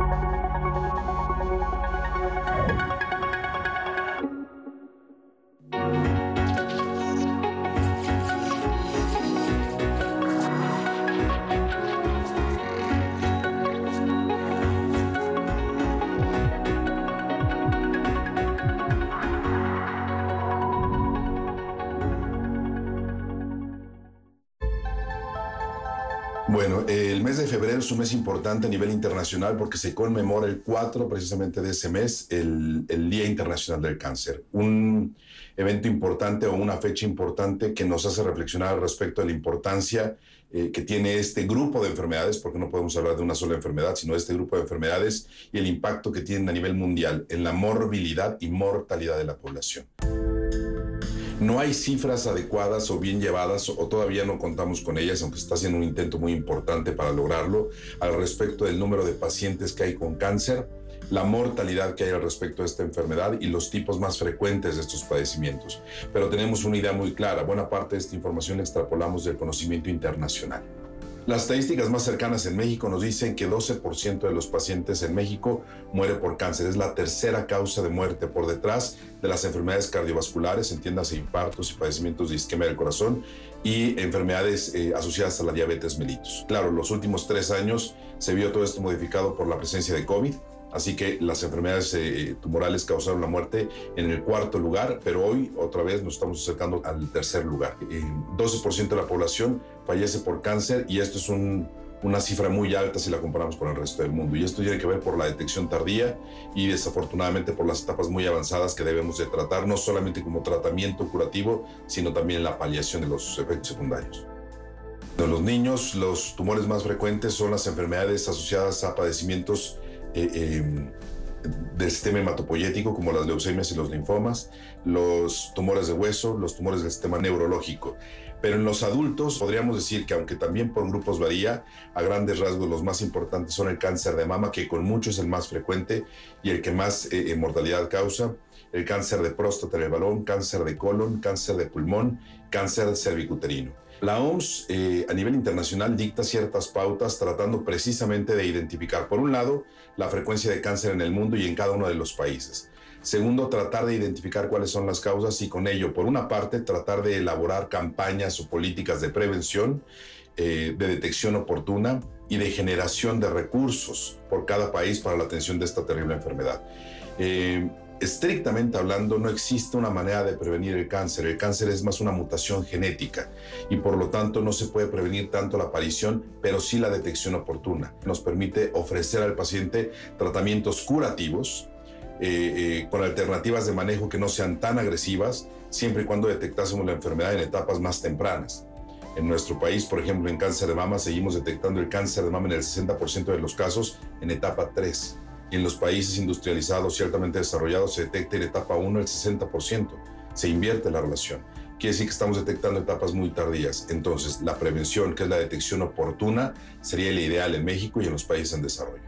Bueno, el mes de febrero es un mes importante a nivel internacional porque se conmemora el 4 precisamente de ese mes, el Día Internacional del Cáncer. Un evento importante o una fecha importante que nos hace reflexionar al respecto de la importancia que tiene este grupo de enfermedades, porque no podemos hablar de una sola enfermedad, sino de este grupo de enfermedades y el impacto que tienen a nivel mundial en la morbilidad y mortalidad de la población. No hay cifras adecuadas o bien llevadas, o todavía no contamos con ellas, aunque se está haciendo un intento muy importante para lograrlo, al respecto del número de pacientes que hay con cáncer, la mortalidad que hay al respecto de esta enfermedad y los tipos más frecuentes de estos padecimientos. Pero tenemos una idea muy clara. Buena parte de esta información la extrapolamos del conocimiento internacional. Las estadísticas más cercanas en México nos dicen que 12% de los pacientes en México muere por cáncer. Es la tercera causa de muerte por detrás de las enfermedades cardiovasculares, entiéndase infartos y padecimientos de isquemia del corazón y enfermedades asociadas a la diabetes mellitus. Claro, los últimos 3 años se vio todo esto modificado por la presencia de COVID. Así que las enfermedades tumorales causaron la muerte en el 4º lugar, pero hoy otra vez nos estamos acercando al 3er lugar. 12% de la población fallece por cáncer y esto es una cifra muy alta si la comparamos con el resto del mundo. Y esto tiene que ver por la detección tardía y desafortunadamente por las etapas muy avanzadas que debemos de tratar, no solamente como tratamiento curativo, sino también en la paliación de los efectos secundarios. En los niños, los tumores más frecuentes son las enfermedades asociadas a padecimientos del sistema hematopoyético, como las leucemias y los linfomas, los tumores de hueso, los tumores del sistema neurológico. Pero en los adultos podríamos decir que, aunque también por grupos varía, a grandes rasgos los más importantes son el cáncer de mama, que con mucho es el más frecuente y el que más mortalidad causa, el cáncer de próstata en el varón, cáncer de colon, cáncer de pulmón, cáncer cervicuterino. La OMS a nivel internacional dicta ciertas pautas tratando precisamente de identificar, por un lado, la frecuencia de cáncer en el mundo y en cada uno de los países. Segundo, tratar de identificar cuáles son las causas y con ello, por una parte, tratar de elaborar campañas o políticas de prevención, de detección oportuna y de generación de recursos por cada país para la atención de esta terrible enfermedad. Estrictamente hablando, no existe una manera de prevenir el cáncer. El cáncer es más una mutación genética y por lo tanto no se puede prevenir tanto la aparición, pero sí la detección oportuna. Nos permite ofrecer al paciente tratamientos curativos con alternativas de manejo que no sean tan agresivas, siempre y cuando detectásemos la enfermedad en etapas más tempranas. En nuestro país, por ejemplo, en cáncer de mama, seguimos detectando el cáncer de mama en el 60% de los casos en etapa 3. Y en los países industrializados y altamente desarrollados se detecta en etapa 1 el 60%. Se invierte la relación. Quiere decir que estamos detectando etapas muy tardías. Entonces, la prevención, que es la detección oportuna, sería el ideal en México y en los países en desarrollo.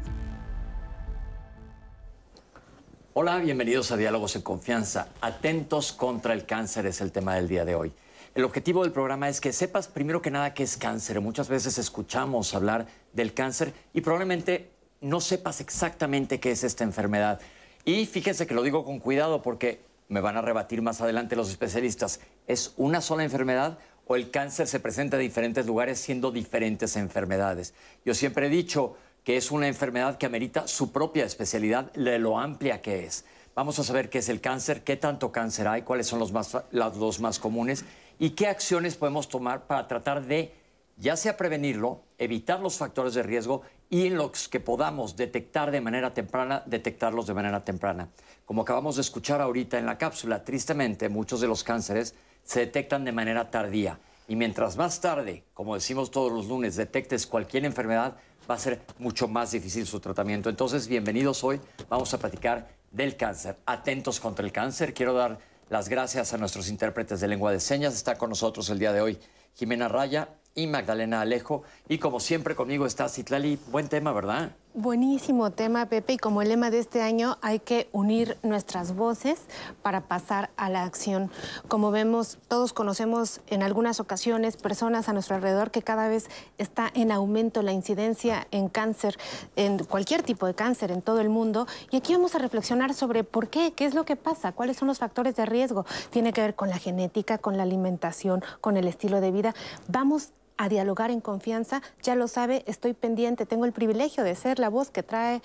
Hola, bienvenidos a Diálogos en Confianza. Atentos contra el cáncer es el tema del día de hoy. El objetivo del programa es que sepas primero que nada qué es cáncer. Muchas veces escuchamos hablar del cáncer y probablemente no sepas exactamente qué es esta enfermedad. Y fíjense que lo digo con cuidado porque me van a rebatir más adelante los especialistas. ¿Es una sola enfermedad o el cáncer se presenta en diferentes lugares siendo diferentes enfermedades? Yo siempre he dicho que es una enfermedad que amerita su propia especialidad de lo amplia que es. Vamos a saber qué es el cáncer, qué tanto cáncer hay, cuáles son los más comunes y qué acciones podemos tomar para tratar de, ya sea prevenirlo, evitar los factores de riesgo y en los que podamos detectar de manera temprana, detectarlos de manera temprana. Como acabamos de escuchar ahorita en la cápsula, tristemente muchos de los cánceres se detectan de manera tardía. Y mientras más tarde, como decimos todos los lunes, detectes cualquier enfermedad, va a ser mucho más difícil su tratamiento. Entonces, bienvenidos hoy. Vamos a platicar del cáncer. Atentos contra el cáncer. Quiero dar las gracias a nuestros intérpretes de lengua de señas. Está con nosotros el día de hoy Jimena Raya y Magdalena Alejo. Y como siempre conmigo está Citlali. Buen tema, ¿verdad? Buenísimo tema, Pepe, y como el lema de este año, hay que unir nuestras voces para pasar a la acción. Como vemos, todos conocemos en algunas ocasiones personas a nuestro alrededor que cada vez está en aumento la incidencia en cáncer, en cualquier tipo de cáncer en todo el mundo. Y aquí vamos a reflexionar sobre por qué es lo que pasa, cuáles son los factores de riesgo. Tiene que ver con la genética, con la alimentación, con el estilo de vida. Vamos a dialogar en confianza, ya lo sabe, estoy pendiente, tengo el privilegio de ser la voz que trae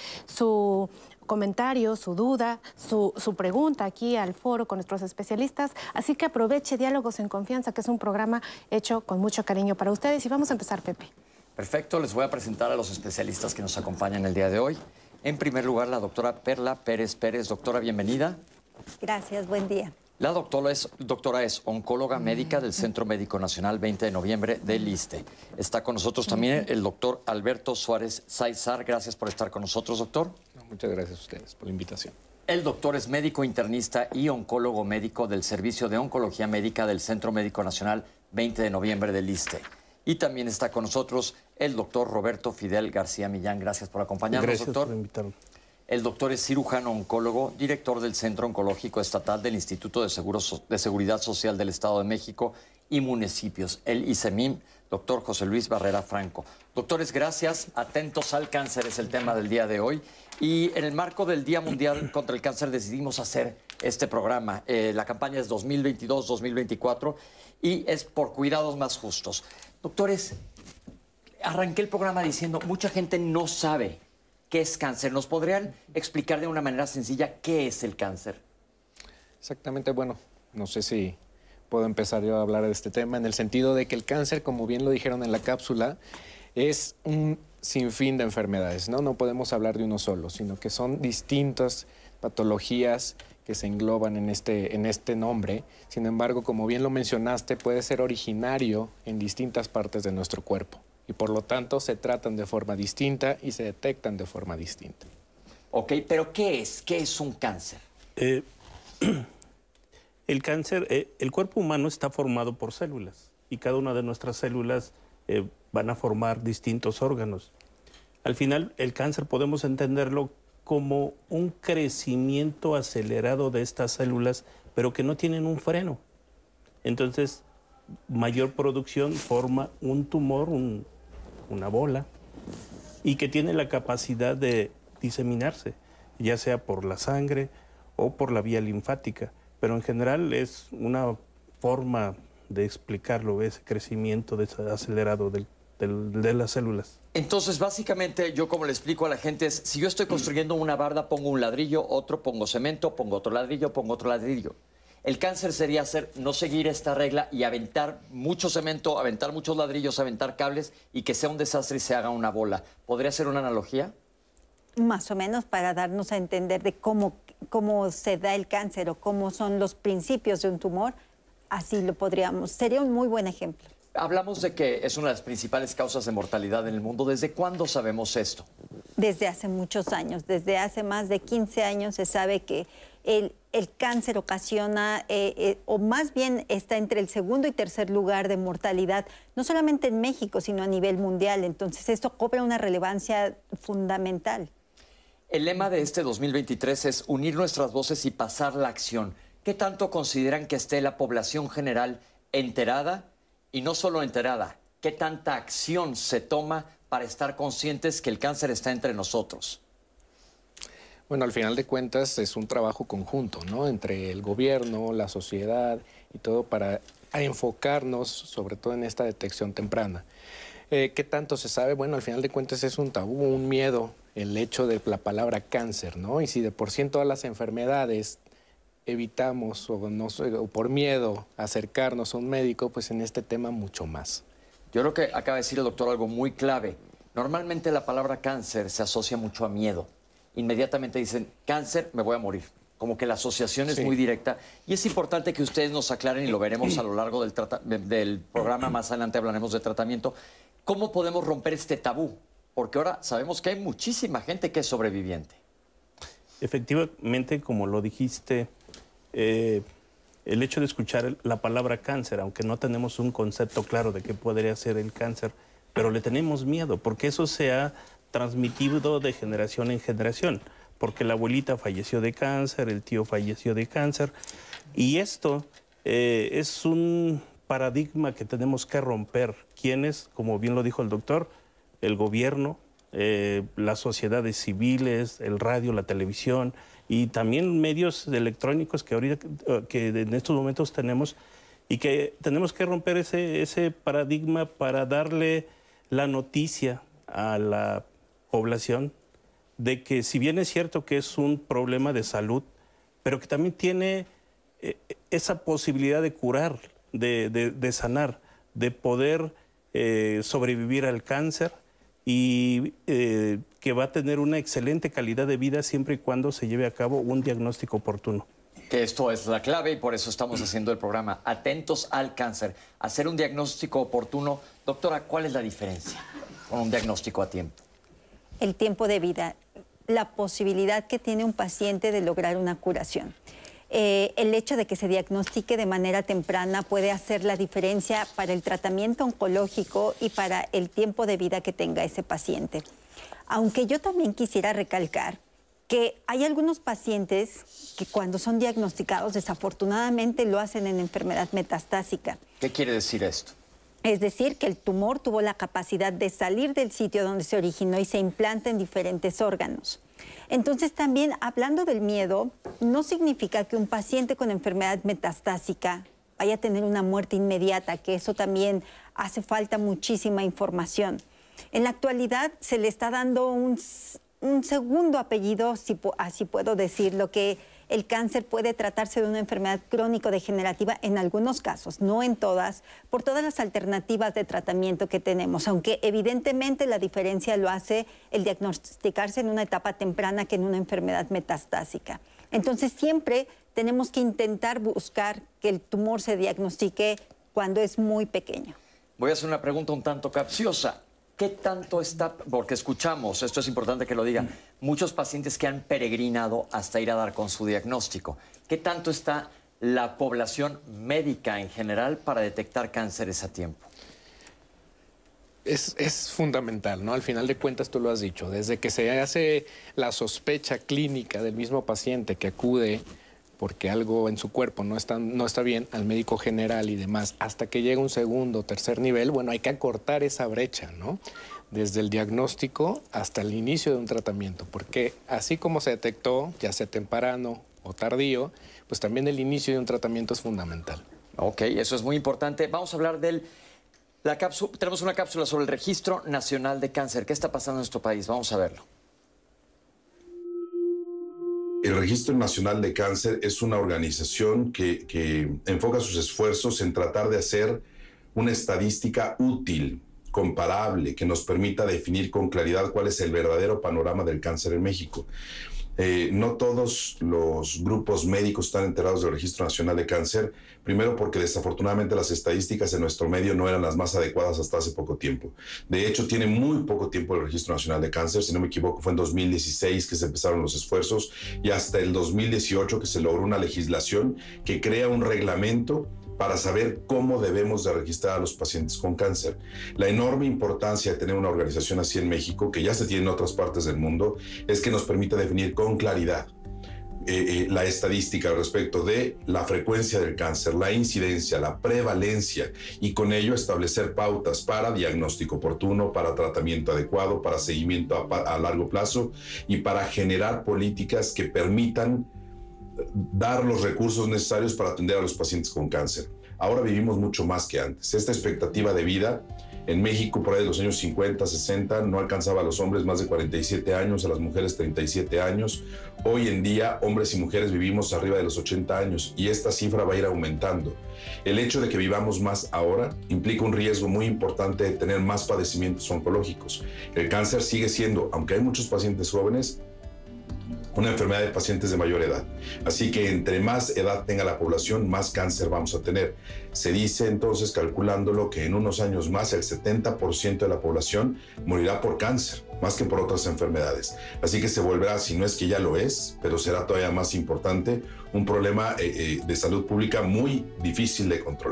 su comentario, su duda, su pregunta aquí al foro con nuestros especialistas, así que aproveche Diálogos en Confianza, que es un programa hecho con mucho cariño para ustedes, y vamos a empezar, Pepe. Perfecto, les voy a presentar a los especialistas que nos acompañan el día de hoy. En primer lugar, la doctora Perla Pérez Pérez. Doctora, bienvenida. Gracias, buen día. La doctora es oncóloga médica del Centro Médico Nacional 20 de noviembre del ISSSTE. Está con nosotros también el doctor Alberto Suárez Sáizar. Gracias por estar con nosotros, doctor. Muchas gracias a ustedes por la invitación. El doctor es médico internista y oncólogo médico del Servicio de Oncología Médica del Centro Médico Nacional 20 de noviembre del ISSSTE. Y también está con nosotros el doctor Roberto Fidel García Millán. Gracias por acompañarnos, gracias doctor. Por invitarme. El doctor es cirujano oncólogo, director del Centro Oncológico Estatal del Instituto de Seguridad Social del Estado de México y Municipios, el ISEMIM, doctor José Luis Barrera Franco. Doctores, gracias. Atentos al cáncer es el tema del día de hoy. Y en el marco del Día Mundial contra el Cáncer decidimos hacer este programa. La campaña es 2022-2024 y es por cuidados más justos. Doctores, arranqué el programa diciendo, mucha gente no sabe qué es cáncer. ¿Nos podrían explicar de una manera sencilla qué es el cáncer? Exactamente, bueno, no sé si puedo empezar yo a hablar de este tema, en el sentido de que el cáncer, como bien lo dijeron en la cápsula, es un sinfín de enfermedades, ¿no? No podemos hablar de uno solo, sino que son distintas patologías que se engloban en este nombre. Sin embargo, como bien lo mencionaste, puede ser originario en distintas partes de nuestro cuerpo. Y por lo tanto se tratan de forma distinta y se detectan de forma distinta. Ok, pero ¿qué es? ¿Qué es un cáncer? El cáncer, el cuerpo humano está formado por células y cada una de nuestras células van a formar distintos órganos. Al final, el cáncer podemos entenderlo como un crecimiento acelerado de estas células, pero que no tienen un freno. Entonces, mayor producción forma un tumor, una bola, y que tiene la capacidad de diseminarse, ya sea por la sangre o por la vía linfática. Pero en general es una forma de explicarlo, ese crecimiento acelerado de las células. Entonces, básicamente, yo como le explico a la gente es, si yo estoy construyendo una barda, pongo un ladrillo, otro, pongo cemento, pongo otro ladrillo, pongo otro ladrillo. El cáncer sería no seguir esta regla y aventar mucho cemento, aventar muchos ladrillos, aventar cables y que sea un desastre y se haga una bola. ¿Podría ser una analogía? Más o menos para darnos a entender de cómo se da el cáncer o cómo son los principios de un tumor, así lo podríamos. Sería un muy buen ejemplo. Hablamos de que es una de las principales causas de mortalidad en el mundo. ¿Desde cuándo sabemos esto? Desde hace muchos años, desde hace más de 15 años se sabe que el cáncer ocasiona, o más bien está entre el segundo y tercer lugar de mortalidad, no solamente en México, sino a nivel mundial. Entonces esto cobra una relevancia fundamental. El lema de este 2023 es unir nuestras voces y pasar la acción. ¿Qué tanto consideran que esté la población general enterada? Y no solo enterada, ¿qué tanta acción se toma para estar conscientes que el cáncer está entre nosotros? Bueno, al final de cuentas es un trabajo conjunto, ¿no? Entre el gobierno, la sociedad y todo para enfocarnos sobre todo en esta detección temprana. ¿Qué tanto se sabe? Bueno, al final de cuentas es un tabú, un miedo, el hecho de la palabra cáncer, ¿no? Y si de por sí en todas las enfermedades evitamos o por miedo acercarnos a un médico, pues en este tema mucho más. Yo creo que acaba de decir el doctor algo muy clave. Normalmente la palabra cáncer se asocia mucho a miedo. Inmediatamente dicen, cáncer, me voy a morir. Como que la asociación es muy directa. Y es importante que ustedes nos aclaren, y lo veremos a lo largo del programa, más adelante hablaremos de tratamiento, ¿cómo podemos romper este tabú? Porque ahora sabemos que hay muchísima gente que es sobreviviente. Efectivamente, como lo dijiste, el hecho de escuchar la palabra cáncer, aunque no tenemos un concepto claro de qué podría ser el cáncer, pero le tenemos miedo, porque eso se ha transmitido de generación en generación, porque la abuelita falleció de cáncer, el tío falleció de cáncer, y esto es un paradigma que tenemos que romper. ¿Quiénes? Como bien lo dijo el doctor, el gobierno, las sociedades civiles, el radio, la televisión y también medios electrónicos que en estos momentos tenemos, y que tenemos que romper ese paradigma para darle la noticia a la población de que, si bien es cierto que es un problema de salud, pero que también tiene esa posibilidad de curar, de sanar, de poder sobrevivir al cáncer, y que va a tener una excelente calidad de vida siempre y cuando se lleve a cabo un diagnóstico oportuno. Que esto es la clave y por eso estamos haciendo el programa Atentos al Cáncer. Hacer un diagnóstico oportuno. Doctora, ¿cuál es la diferencia con un diagnóstico a tiempo? El tiempo de vida, la posibilidad que tiene un paciente de lograr una curación. El hecho de que se diagnostique de manera temprana puede hacer la diferencia para el tratamiento oncológico y para el tiempo de vida que tenga ese paciente. Aunque yo también quisiera recalcar que hay algunos pacientes que cuando son diagnosticados, desafortunadamente lo hacen en enfermedad metastásica. ¿Qué quiere decir esto? Es decir, que el tumor tuvo la capacidad de salir del sitio donde se originó y se implanta en diferentes órganos. Entonces, también hablando del miedo, no significa que un paciente con enfermedad metastásica vaya a tener una muerte inmediata, que eso también hace falta muchísima información. En la actualidad se le está dando un segundo apellido, si así puedo decirlo, que el cáncer puede tratarse de una enfermedad crónico-degenerativa en algunos casos, no en todas, por todas las alternativas de tratamiento que tenemos, aunque evidentemente la diferencia lo hace el diagnosticarse en una etapa temprana que en una enfermedad metastásica. Entonces siempre tenemos que intentar buscar que el tumor se diagnostique cuando es muy pequeño. Voy a hacer una pregunta un tanto capciosa. ¿Qué tanto está, porque escuchamos, esto es importante que lo digan, muchos pacientes que han peregrinado hasta ir a dar con su diagnóstico? ¿Qué tanto está la población médica en general para detectar cánceres a tiempo? Es fundamental, ¿no? Al final de cuentas, tú lo has dicho, desde que se hace la sospecha clínica del mismo paciente que acude porque algo en su cuerpo no está bien, al médico general y demás, hasta que llega un segundo o tercer nivel, bueno, hay que acortar esa brecha, ¿no? Desde el diagnóstico hasta el inicio de un tratamiento, porque así como se detectó, ya sea temprano o tardío, pues también el inicio de un tratamiento es fundamental. Ok, eso es muy importante. Vamos a hablar tenemos una cápsula sobre el Registro Nacional de Cáncer. ¿Qué está pasando en nuestro país? Vamos a verlo. El Registro Nacional de Cáncer es una organización que enfoca sus esfuerzos en tratar de hacer una estadística útil, comparable, que nos permita definir con claridad cuál es el verdadero panorama del cáncer en México. No todos los grupos médicos están enterados del Registro Nacional de Cáncer, primero porque desafortunadamente las estadísticas en nuestro medio no eran las más adecuadas hasta hace poco tiempo. De hecho, tiene muy poco tiempo el Registro Nacional de Cáncer, si no me equivoco fue en 2016 que se empezaron los esfuerzos y hasta el 2018 que se logró una legislación que crea un reglamento para saber cómo debemos de registrar a los pacientes con cáncer. La enorme importancia de tener una organización así en México, que ya se tiene en otras partes del mundo, es que nos permite definir con claridad la estadística respecto de la frecuencia del cáncer, la incidencia, la prevalencia, y con ello establecer pautas para diagnóstico oportuno, para tratamiento adecuado, para seguimiento a largo plazo y para generar políticas que permitan dar los recursos necesarios para atender a los pacientes con cáncer. Ahora vivimos mucho más que antes. Esta expectativa de vida en México, por ahí de los años 50, 60, no alcanzaba a los hombres más de 47 años, a las mujeres 37 años. Hoy en día, hombres y mujeres vivimos arriba de los 80 años y esta cifra va a ir aumentando. El hecho de que vivamos más ahora implica un riesgo muy importante de tener más padecimientos oncológicos. El cáncer sigue siendo, aunque hay muchos pacientes jóvenes, una enfermedad de pacientes de mayor edad. Así que entre más edad tenga la población, más cáncer vamos a tener. Se dice entonces, calculándolo, que en unos años más el 70% de la población morirá por cáncer, más que por otras enfermedades. Así que se volverá, si no es que ya lo es, pero será todavía más importante, un problema de salud pública muy difícil de controlar.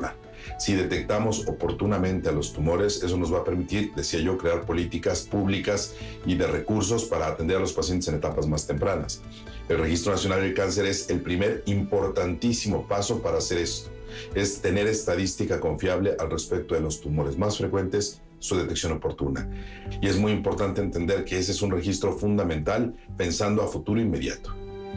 Si detectamos oportunamente a los tumores, eso nos va a permitir, decía yo, crear políticas públicas y de recursos para atender a los pacientes en etapas más tempranas. El Registro Nacional del Cáncer es el primer importantísimo paso para hacer esto. Es tener estadística confiable al respecto de los tumores más frecuentes, su detección oportuna. Y es muy importante entender que ese es un registro fundamental pensando a futuro inmediato.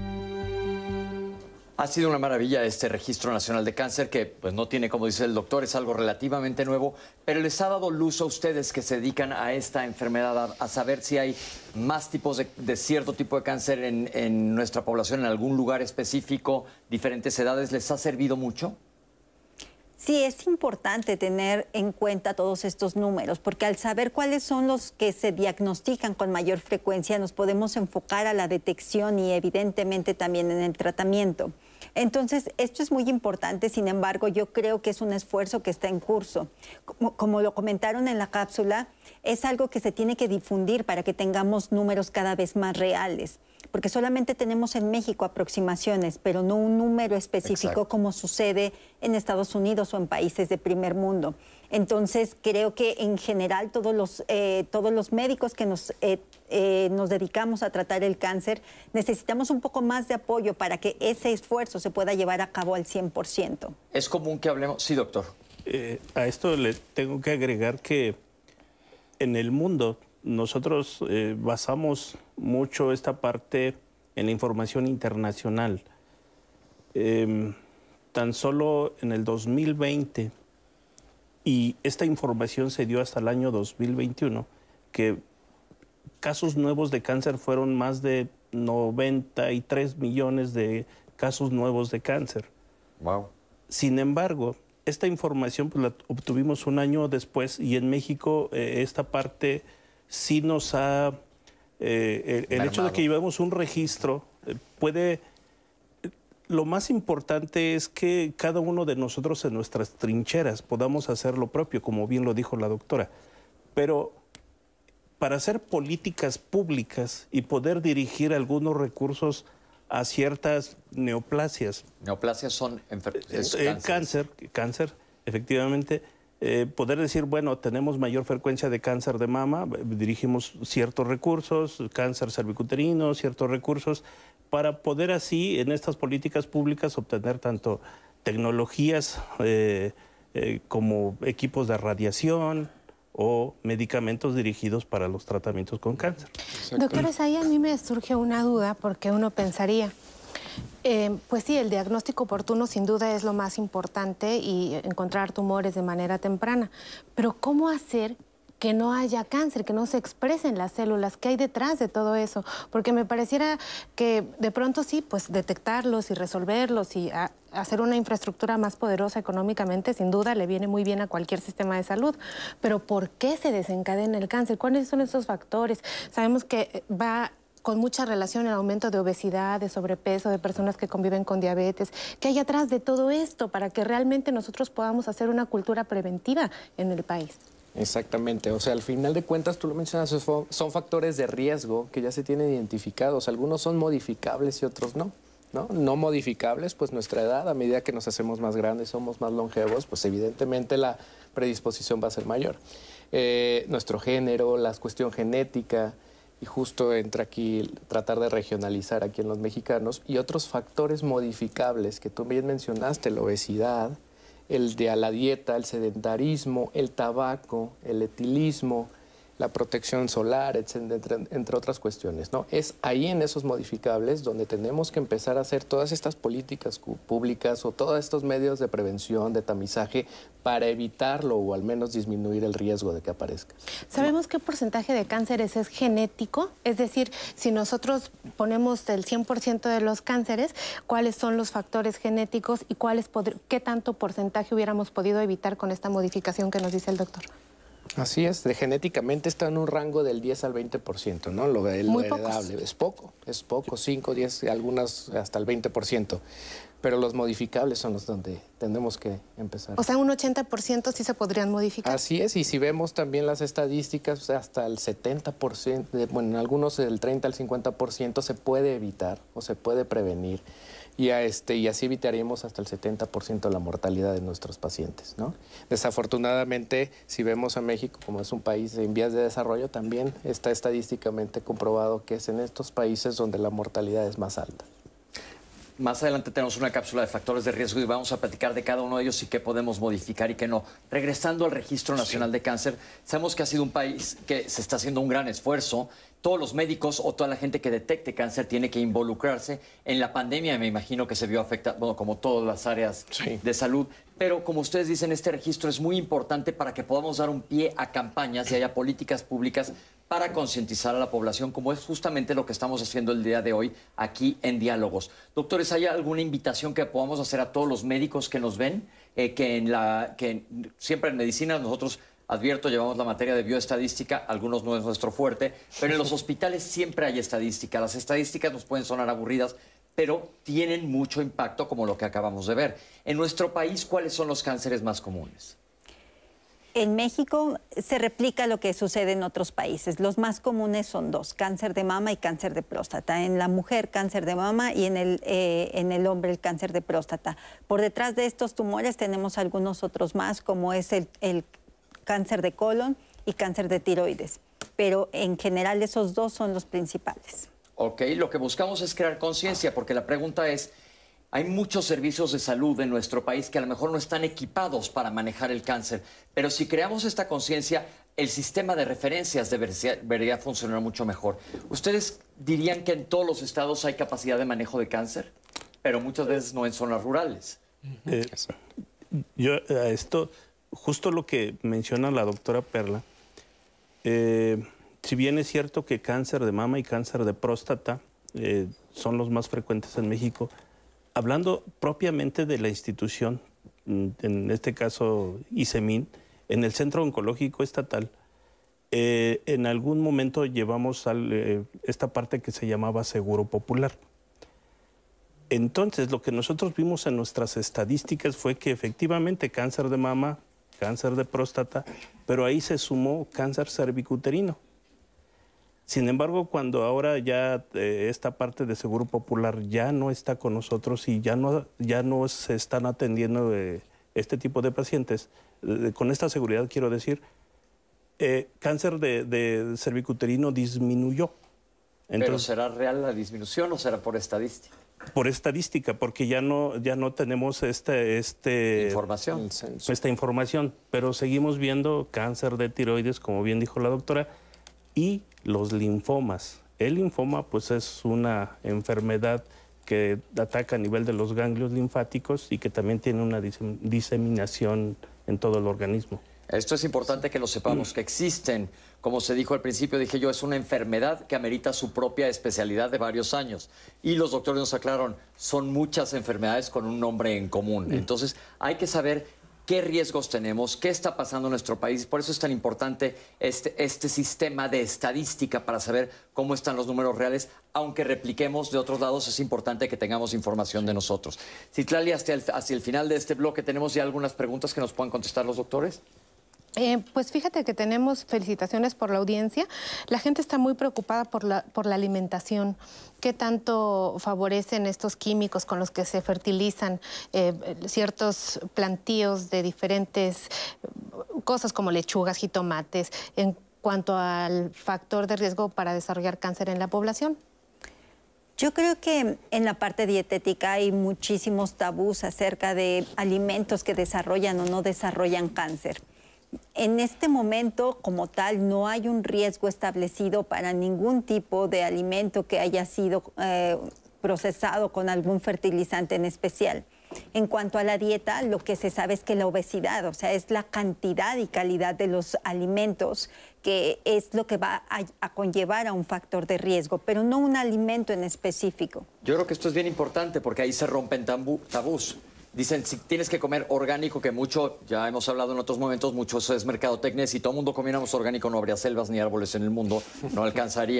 Ha sido una maravilla este Registro Nacional de Cáncer, que pues no tiene, como dice el doctor, es algo relativamente nuevo, pero les ha dado luz a ustedes que se dedican a esta enfermedad, a saber si hay más tipos de cierto tipo de cáncer en nuestra población, en algún lugar específico, diferentes edades. ¿Les ha servido mucho? Sí, es importante tener en cuenta todos estos números, porque al saber cuáles son los que se diagnostican con mayor frecuencia, nos podemos enfocar a la detección y evidentemente también en el tratamiento. Entonces, esto es muy importante, sin embargo, yo creo que es un esfuerzo que está en curso. Como lo comentaron en la cápsula, es algo que se tiene que difundir para que tengamos números cada vez más reales, porque solamente tenemos en México aproximaciones, pero no un número específico. Exacto. Como sucede en Estados Unidos o en países de primer mundo. Entonces, creo que en general todos los médicos que nos dedicamos a tratar el cáncer necesitamos un poco más de apoyo para que ese esfuerzo se pueda llevar a cabo al 100%. Es común que hablemos... Sí, doctor. A esto le tengo que agregar que en el mundo nosotros basamos mucho esta parte en la información internacional. Tan solo en el 2020, y esta información se dio hasta el año 2021, que casos nuevos de cáncer fueron más de 93 millones de casos nuevos de cáncer. Wow. Sin embargo, esta información pues, la obtuvimos un año después, y en México esta parte sí nos ha... el hecho de que llevemos un registro puede... Lo más importante es que cada uno de nosotros en nuestras trincheras podamos hacer lo propio, como bien lo dijo la doctora. Pero para hacer políticas públicas y poder dirigir algunos recursos a ciertas neoplasias. Neoplasias son cáncer, efectivamente. Poder decir, bueno, tenemos mayor frecuencia de cáncer de mama, dirigimos ciertos recursos, cáncer cervicuterino, ciertos recursos, para poder así en estas políticas públicas obtener tanto tecnologías como equipos de radiación o medicamentos dirigidos para los tratamientos con cáncer. Doctores, ahí a mí me surge una duda, porque uno pensaría, pues sí, el diagnóstico oportuno sin duda es lo más importante y encontrar tumores de manera temprana, pero ¿cómo hacer que no haya cáncer, que no se expresen las células? ¿Qué hay detrás de todo eso? Porque me pareciera que de pronto sí, pues detectarlos y resolverlos y hacer una infraestructura más poderosa económicamente, sin duda le viene muy bien a cualquier sistema de salud. Pero ¿por qué se desencadena el cáncer? ¿Cuáles son esos factores? Sabemos que va con mucha relación el aumento de obesidad, de sobrepeso, de personas que conviven con diabetes. ¿Qué hay atrás de todo esto para que realmente nosotros podamos hacer una cultura preventiva en el país? Exactamente, o sea, al final de cuentas, tú lo mencionas, son factores de riesgo que ya se tienen identificados. Algunos son modificables y otros no. No modificables, pues nuestra edad, a medida que nos hacemos más grandes, somos más longevos, pues evidentemente la predisposición va a ser mayor. Nuestro género, la cuestión genética, y justo entra aquí tratar de regionalizar aquí en los mexicanos, y otros factores modificables que tú bien mencionaste, la obesidad, el de a la dieta, el sedentarismo, el tabaco, el etilismo, la protección solar, entre otras cuestiones, ¿no? Es ahí en esos modificables donde tenemos que empezar a hacer todas estas políticas públicas o todos estos medios de prevención, de tamizaje, para evitarlo o al menos disminuir el riesgo de que aparezca. ¿Sabemos qué porcentaje de cánceres es genético? Es decir, si nosotros ponemos el 100% de los cánceres, ¿cuáles son los factores genéticos y qué tanto porcentaje hubiéramos podido evitar con esta modificación que nos dice el doctor? Así es, genéticamente está en un rango del 10 al 20%, ¿no? Lo heredable es poco, 5, 10, algunas hasta el 20%. pero los modificables son los donde tenemos que empezar. O sea, un 80% sí se podrían modificar. Así es, y si vemos también las estadísticas, o sea, hasta el 70%, bueno, en algunos del 30 al 50% se puede evitar o se puede prevenir. Y así evitaríamos hasta el 70% de la mortalidad de nuestros pacientes, ¿no? Desafortunadamente, si vemos a México como es un país en vías de desarrollo, también está estadísticamente comprobado que es en estos países donde la mortalidad es más alta. Más adelante tenemos una cápsula de factores de riesgo y vamos a platicar de cada uno de ellos y qué podemos modificar y qué no. Regresando al Registro Nacional de Cáncer, sabemos que ha sido un país que se está haciendo un gran esfuerzo. Todos los médicos o toda la gente que detecte cáncer tiene que involucrarse. En la pandemia me imagino que se vio afectada, bueno, como todas las áreas de salud. Pero como ustedes dicen, este registro es muy importante para que podamos dar un pie a campañas y haya políticas públicas para concientizar a la población, como es justamente lo que estamos haciendo el día de hoy aquí en Diálogos. Doctores, ¿hay alguna invitación que podamos hacer a todos los médicos que nos ven? Que siempre en medicina nosotros, advierto, llevamos la materia de bioestadística, algunos no es nuestro fuerte, pero en los hospitales siempre hay estadística. Las estadísticas nos pueden sonar aburridas, pero tienen mucho impacto como lo que acabamos de ver. En nuestro país, ¿cuáles son los cánceres más comunes? En México se replica lo que sucede en otros países. Los más comunes son dos, cáncer de mama y cáncer de próstata. En la mujer, cáncer de mama y en el hombre, el cáncer de próstata. Por detrás de estos tumores tenemos algunos otros más, como es el cáncer de colon y cáncer de tiroides. Pero en general esos dos son los principales. Ok, lo que buscamos es crear conciencia, porque la pregunta es, hay muchos servicios de salud en nuestro país que a lo mejor no están equipados para manejar el cáncer, pero si creamos esta conciencia, el sistema de referencias debería funcionar mucho mejor. ¿Ustedes dirían que en todos los estados hay capacidad de manejo de cáncer? Pero muchas veces no en zonas rurales. Yo a esto, justo lo que menciona la doctora Perla, si bien es cierto que cáncer de mama y cáncer de próstata son los más frecuentes en México, hablando propiamente de la institución, en este caso ICEMIN, en el Centro Oncológico Estatal, en algún momento llevamos esta parte que se llamaba Seguro Popular. Entonces, lo que nosotros vimos en nuestras estadísticas fue que efectivamente cáncer de mama, cáncer de próstata, pero ahí se sumó cáncer cervicuterino. Sin embargo, cuando ahora ya esta parte de Seguro Popular ya no está con nosotros y ya no se están atendiendo este tipo de pacientes, con esta seguridad quiero decir, cáncer de cervicuterino disminuyó. Entonces, ¿pero será real la disminución o será por estadística? Por estadística, porque ya no tenemos esta información, pero seguimos viendo cáncer de tiroides, como bien dijo la doctora, y los linfomas. El linfoma, pues, es una enfermedad que ataca a nivel de los ganglios linfáticos y que también tiene una diseminación en todo el organismo. Esto es importante que lo sepamos, que existen, como se dijo al principio, dije yo, es una enfermedad que amerita su propia especialidad de varios años. Y los doctores nos aclararon, son muchas enfermedades con un nombre en común. Entonces, hay que saber qué riesgos tenemos, qué está pasando en nuestro país. Por eso es tan importante este sistema de estadística para saber cómo están los números reales. Aunque repliquemos de otros lados, es importante que tengamos información de nosotros. Citlali, hacia el final de este bloque, ¿tenemos ya algunas preguntas que nos puedan contestar los doctores? Pues fíjate que tenemos felicitaciones por la audiencia. La gente está muy preocupada por la alimentación. ¿Qué tanto favorecen estos químicos con los que se fertilizan ciertos plantíos de diferentes cosas como lechugas, jitomates, en cuanto al factor de riesgo para desarrollar cáncer en la población? Yo creo que en la parte dietética hay muchísimos tabús acerca de alimentos que desarrollan o no desarrollan cáncer. En este momento, como tal, no hay un riesgo establecido para ningún tipo de alimento que haya sido procesado con algún fertilizante en especial. En cuanto a la dieta, lo que se sabe es que la obesidad, o sea, es la cantidad y calidad de los alimentos que es lo que va a conllevar a un factor de riesgo, pero no un alimento en específico. Yo creo que esto es bien importante porque ahí se rompen tabús. Dicen, si tienes que comer orgánico, que mucho, ya hemos hablado en otros momentos, mucho eso es mercadotecnia. Si todo el mundo comiéramos orgánico, no habría selvas ni árboles en el mundo, no alcanzaría.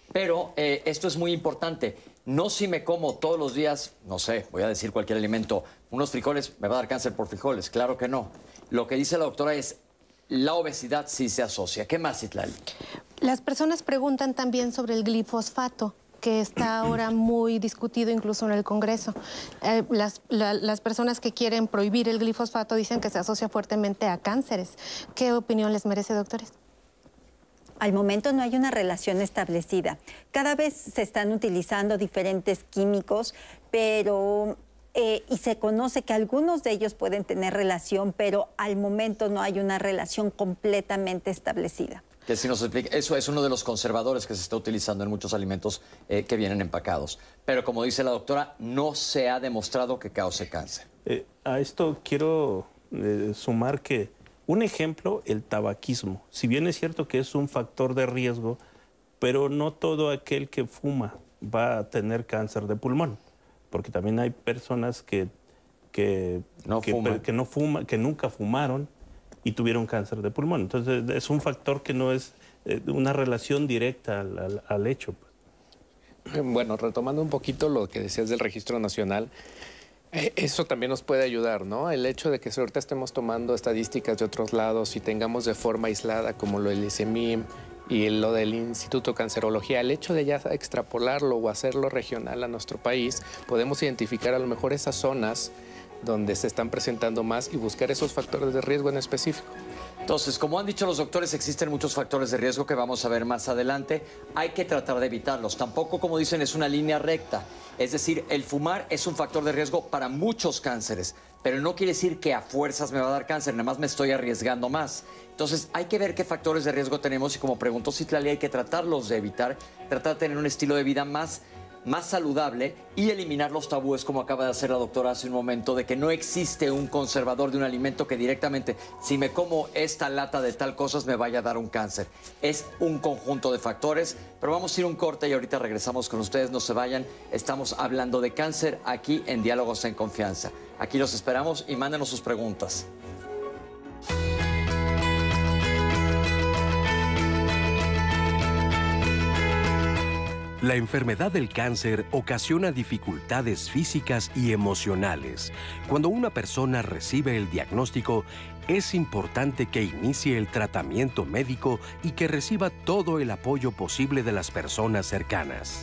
Pero esto es muy importante. No si me como todos los días, no sé, voy a decir cualquier alimento, unos frijoles, me va a dar cáncer por frijoles. Claro que no. Lo que dice la doctora es, la obesidad sí se asocia. ¿Qué más, Citlali? Las personas preguntan también sobre el glifosfato, que está ahora muy discutido incluso en el Congreso. Las personas que quieren prohibir el glifosfato dicen que se asocia fuertemente a cánceres. ¿Qué opinión les merece, doctores? Al momento no hay una relación establecida. Cada vez se están utilizando diferentes químicos, pero y se conoce que algunos de ellos pueden tener relación, pero al momento no hay una relación completamente establecida. Que si nos explica, eso es uno de los conservadores que se está utilizando en muchos alimentos que vienen empacados. Pero como dice la doctora, no se ha demostrado que cause cáncer. A esto quiero sumar que un ejemplo, el tabaquismo. Si bien es cierto que es un factor de riesgo, pero no todo aquel que fuma va a tener cáncer de pulmón, porque también hay personas que nunca fumaron y tuvieron cáncer de pulmón. Entonces es un factor que no es una relación directa al hecho. Bueno, retomando un poquito lo que decías del Registro Nacional, eso también nos puede ayudar, ¿no? El hecho de que ahorita estemos tomando estadísticas de otros lados y tengamos de forma aislada, como lo del ICEMIM y lo del Instituto de Cancerología, el hecho de ya extrapolarlo o hacerlo regional a nuestro país, podemos identificar a lo mejor esas zonas donde se están presentando más y buscar esos factores de riesgo en específico. Entonces, como han dicho los doctores, existen muchos factores de riesgo que vamos a ver más adelante. Hay que tratar de evitarlos. Tampoco, como dicen, es una línea recta. Es decir, el fumar es un factor de riesgo para muchos cánceres, pero no quiere decir que a fuerzas me va a dar cáncer, nada más me estoy arriesgando más. Entonces, hay que ver qué factores de riesgo tenemos y, como preguntó Citlali, hay que tratarlos de evitar, tratar de tener un estilo de vida más saludable y eliminar los tabúes, como acaba de hacer la doctora hace un momento, de que no existe un conservador de un alimento que directamente, si me como esta lata de tal cosas, me vaya a dar un cáncer. Es un conjunto de factores, pero vamos a ir a un corte y ahorita regresamos con ustedes. No se vayan, estamos hablando de cáncer aquí en Diálogos en Confianza. Aquí los esperamos y mándenos sus preguntas. La enfermedad del cáncer ocasiona dificultades físicas y emocionales. Cuando una persona recibe el diagnóstico, es importante que inicie el tratamiento médico y que reciba todo el apoyo posible de las personas cercanas.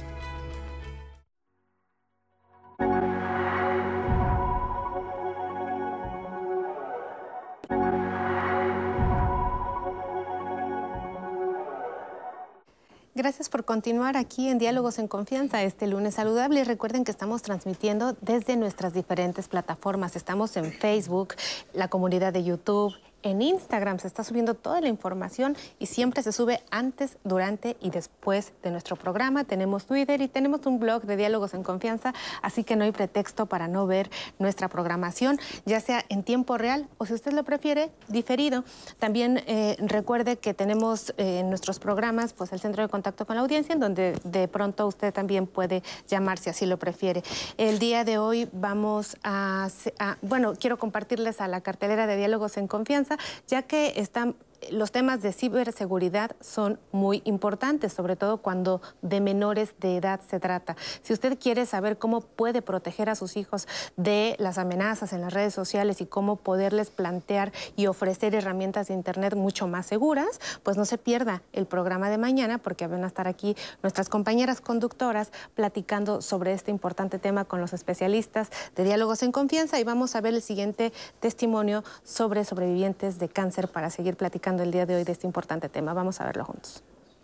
Gracias por continuar aquí en Diálogos en Confianza este lunes saludable. Y recuerden que estamos transmitiendo desde nuestras diferentes plataformas. Estamos en Facebook, la comunidad de YouTube, en Instagram se está subiendo toda la información y siempre se sube antes, durante y después de nuestro programa. Tenemos Twitter y tenemos un blog de Diálogos en Confianza, así que no hay pretexto para no ver nuestra programación, ya sea en tiempo real o, si usted lo prefiere, diferido. También recuerde que tenemos en nuestros programas pues el centro de contacto con la audiencia, en donde de pronto usted también puede llamar si así lo prefiere. El día de hoy vamos bueno, quiero compartirles a la cartelera de Diálogos en Confianza, ya que los temas de ciberseguridad son muy importantes, sobre todo cuando de menores de edad se trata. Si usted quiere saber cómo puede proteger a sus hijos de las amenazas en las redes sociales y cómo poderles plantear y ofrecer herramientas de Internet mucho más seguras, pues no se pierda el programa de mañana, porque van a estar aquí nuestras compañeras conductoras platicando sobre este importante tema con los especialistas de Diálogos en Confianza, y vamos a ver el siguiente testimonio sobre sobrevivientes de cáncer para seguir platicando el día de hoy de este importante tema. Vamos a verlo juntos.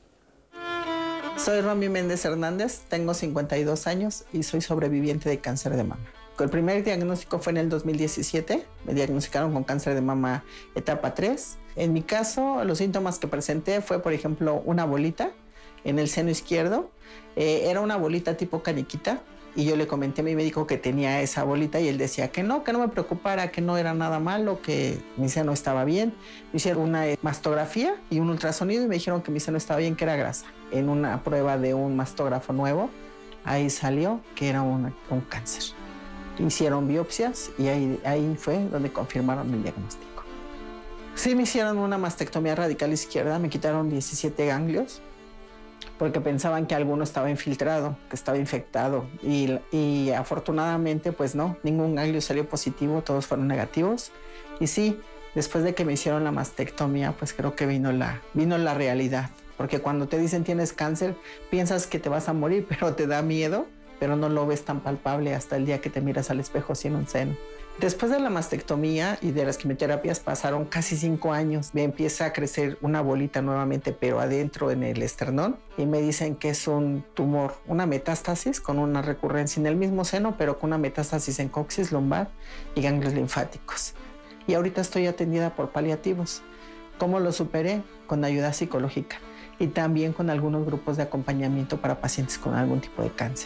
Soy Romy Méndez Hernández, tengo 52 años y soy sobreviviente de cáncer de mama. El primer diagnóstico fue en el 2017, me diagnosticaron con cáncer de mama etapa 3. En mi caso, los síntomas que presenté fue, por ejemplo, una bolita en el seno izquierdo. Era una bolita tipo caniquita, y yo le comenté a mi médico que tenía esa bolita y él decía que no me preocupara, que no era nada malo, que mi seno estaba bien. Me hicieron una mastografía y un ultrasonido y me dijeron que mi seno estaba bien, que era grasa. En una prueba de un mastógrafo nuevo, ahí salió que era un cáncer. Hicieron biopsias y ahí fue donde confirmaron el diagnóstico. Sí, me hicieron una mastectomía radical izquierda, me quitaron 17 ganglios. porque pensaban que alguno estaba infiltrado, que estaba infectado, y afortunadamente pues no, ningún ganglio salió positivo, todos fueron negativos. Y sí, después de que me hicieron la mastectomía, pues creo que vino la realidad, porque cuando te dicen tienes cáncer, piensas que te vas a morir, pero te da miedo, pero no lo ves tan palpable hasta el día que te miras al espejo sin un seno. Después de la mastectomía y de las quimioterapias pasaron casi 5 años. Me empieza a crecer una bolita nuevamente, pero adentro en el esternón. Y me dicen que es un tumor, una metástasis con una recurrencia en el mismo seno, pero con una metástasis en coxis lumbar y ganglios linfáticos. Y ahorita estoy atendida por paliativos. ¿Cómo lo superé? Con ayuda psicológica y también con algunos grupos de acompañamiento para pacientes con algún tipo de cáncer.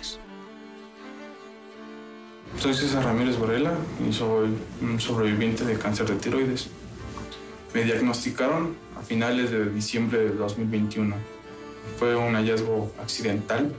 Soy César Ramírez Varela y soy un sobreviviente de cáncer de tiroides. Me diagnosticaron a finales de diciembre de 2021. Fue un hallazgo accidental.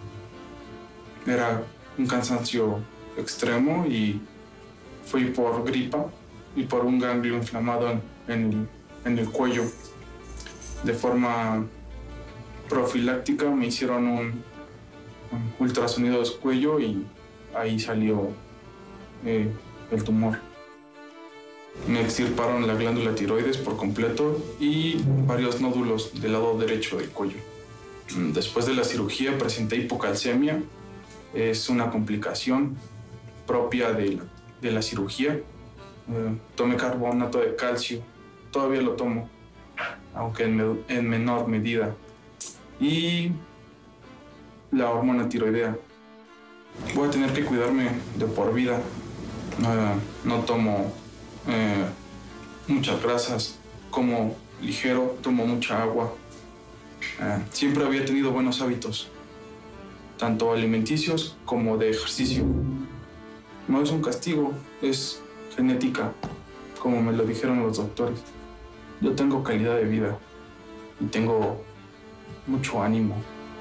Era un cansancio extremo y fui por gripa y por un ganglio inflamado en el cuello. De forma profiláctica me hicieron un ultrasonido de cuello y ahí salió el tumor. Me extirparon la glándula tiroides por completo y varios nódulos del lado derecho del cuello. Después de la cirugía presenté hipocalcemia. Es una complicación propia de la cirugía. Tomé carbonato de calcio. Todavía lo tomo, aunque en menor medida. Y la hormona tiroidea. Voy a tener que cuidarme de por vida. No tomo muchas grasas, como ligero, tomo mucha agua. Siempre había tenido buenos hábitos, tanto alimenticios como de ejercicio. No es un castigo, es genética, como me lo dijeron los doctores. Yo tengo calidad de vida y tengo mucho ánimo.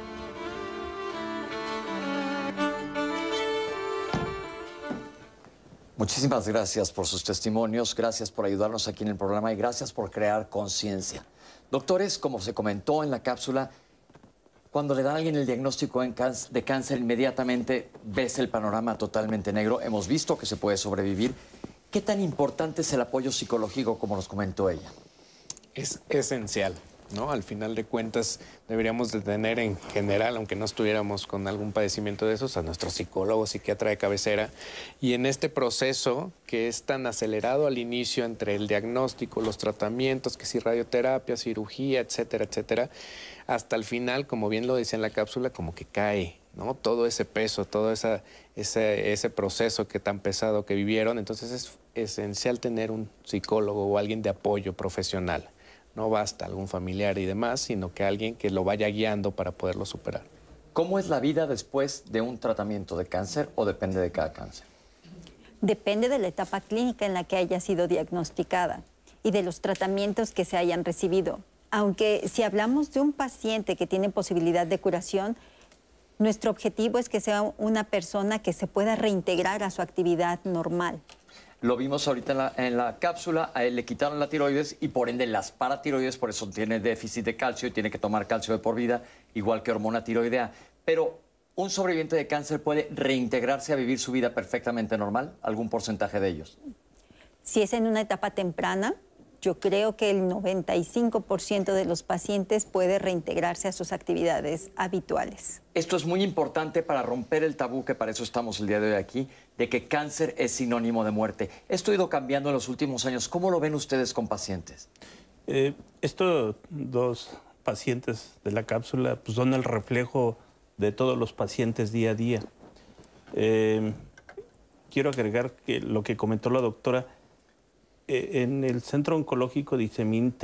Muchísimas gracias por sus testimonios, gracias por ayudarnos aquí en el programa y gracias por crear conciencia. Doctores, como se comentó en la cápsula, cuando le dan a alguien el diagnóstico de cáncer, inmediatamente ves el panorama totalmente negro. Hemos visto que se puede sobrevivir. ¿Qué tan importante es el apoyo psicológico, como nos comentó ella? Es esencial, ¿no? Al final de cuentas, deberíamos de tener en general, aunque no estuviéramos con algún padecimiento de esos, a nuestro psicólogo, psiquiatra de cabecera. Y en este proceso que es tan acelerado al inicio entre el diagnóstico, los tratamientos, que si radioterapia, cirugía, etcétera, etcétera, hasta el final, como bien lo decía en la cápsula, como que cae, ¿no? Todo ese peso, todo ese proceso que tan pesado que vivieron. Entonces es esencial tener un psicólogo o alguien de apoyo profesional. No basta algún familiar y demás, sino que alguien que lo vaya guiando para poderlo superar. ¿Cómo es la vida después de un tratamiento de cáncer o depende de cada cáncer? Depende de la etapa clínica en la que haya sido diagnosticada y de los tratamientos que se hayan recibido. Aunque si hablamos de un paciente que tiene posibilidad de curación, nuestro objetivo es que sea una persona que se pueda reintegrar a su actividad normal. Lo vimos ahorita en la cápsula, a él le quitaron la tiroides y por ende las paratiroides, por eso tiene déficit de calcio y tiene que tomar calcio de por vida, igual que hormona tiroidea. Pero, ¿un sobreviviente de cáncer puede reintegrarse a vivir su vida perfectamente normal? ¿Algún porcentaje de ellos? Si es en una etapa temprana, yo creo que el 95% de los pacientes puede reintegrarse a sus actividades habituales. Esto es muy importante para romper el tabú, que para eso estamos el día de hoy aquí, de que cáncer es sinónimo de muerte. Esto ha ido cambiando en los últimos años. ¿Cómo lo ven ustedes con pacientes? Estos dos pacientes de la cápsula pues, son el reflejo de todos los pacientes día a día. Quiero agregar que lo que comentó la doctora, en el Centro Oncológico de Isemín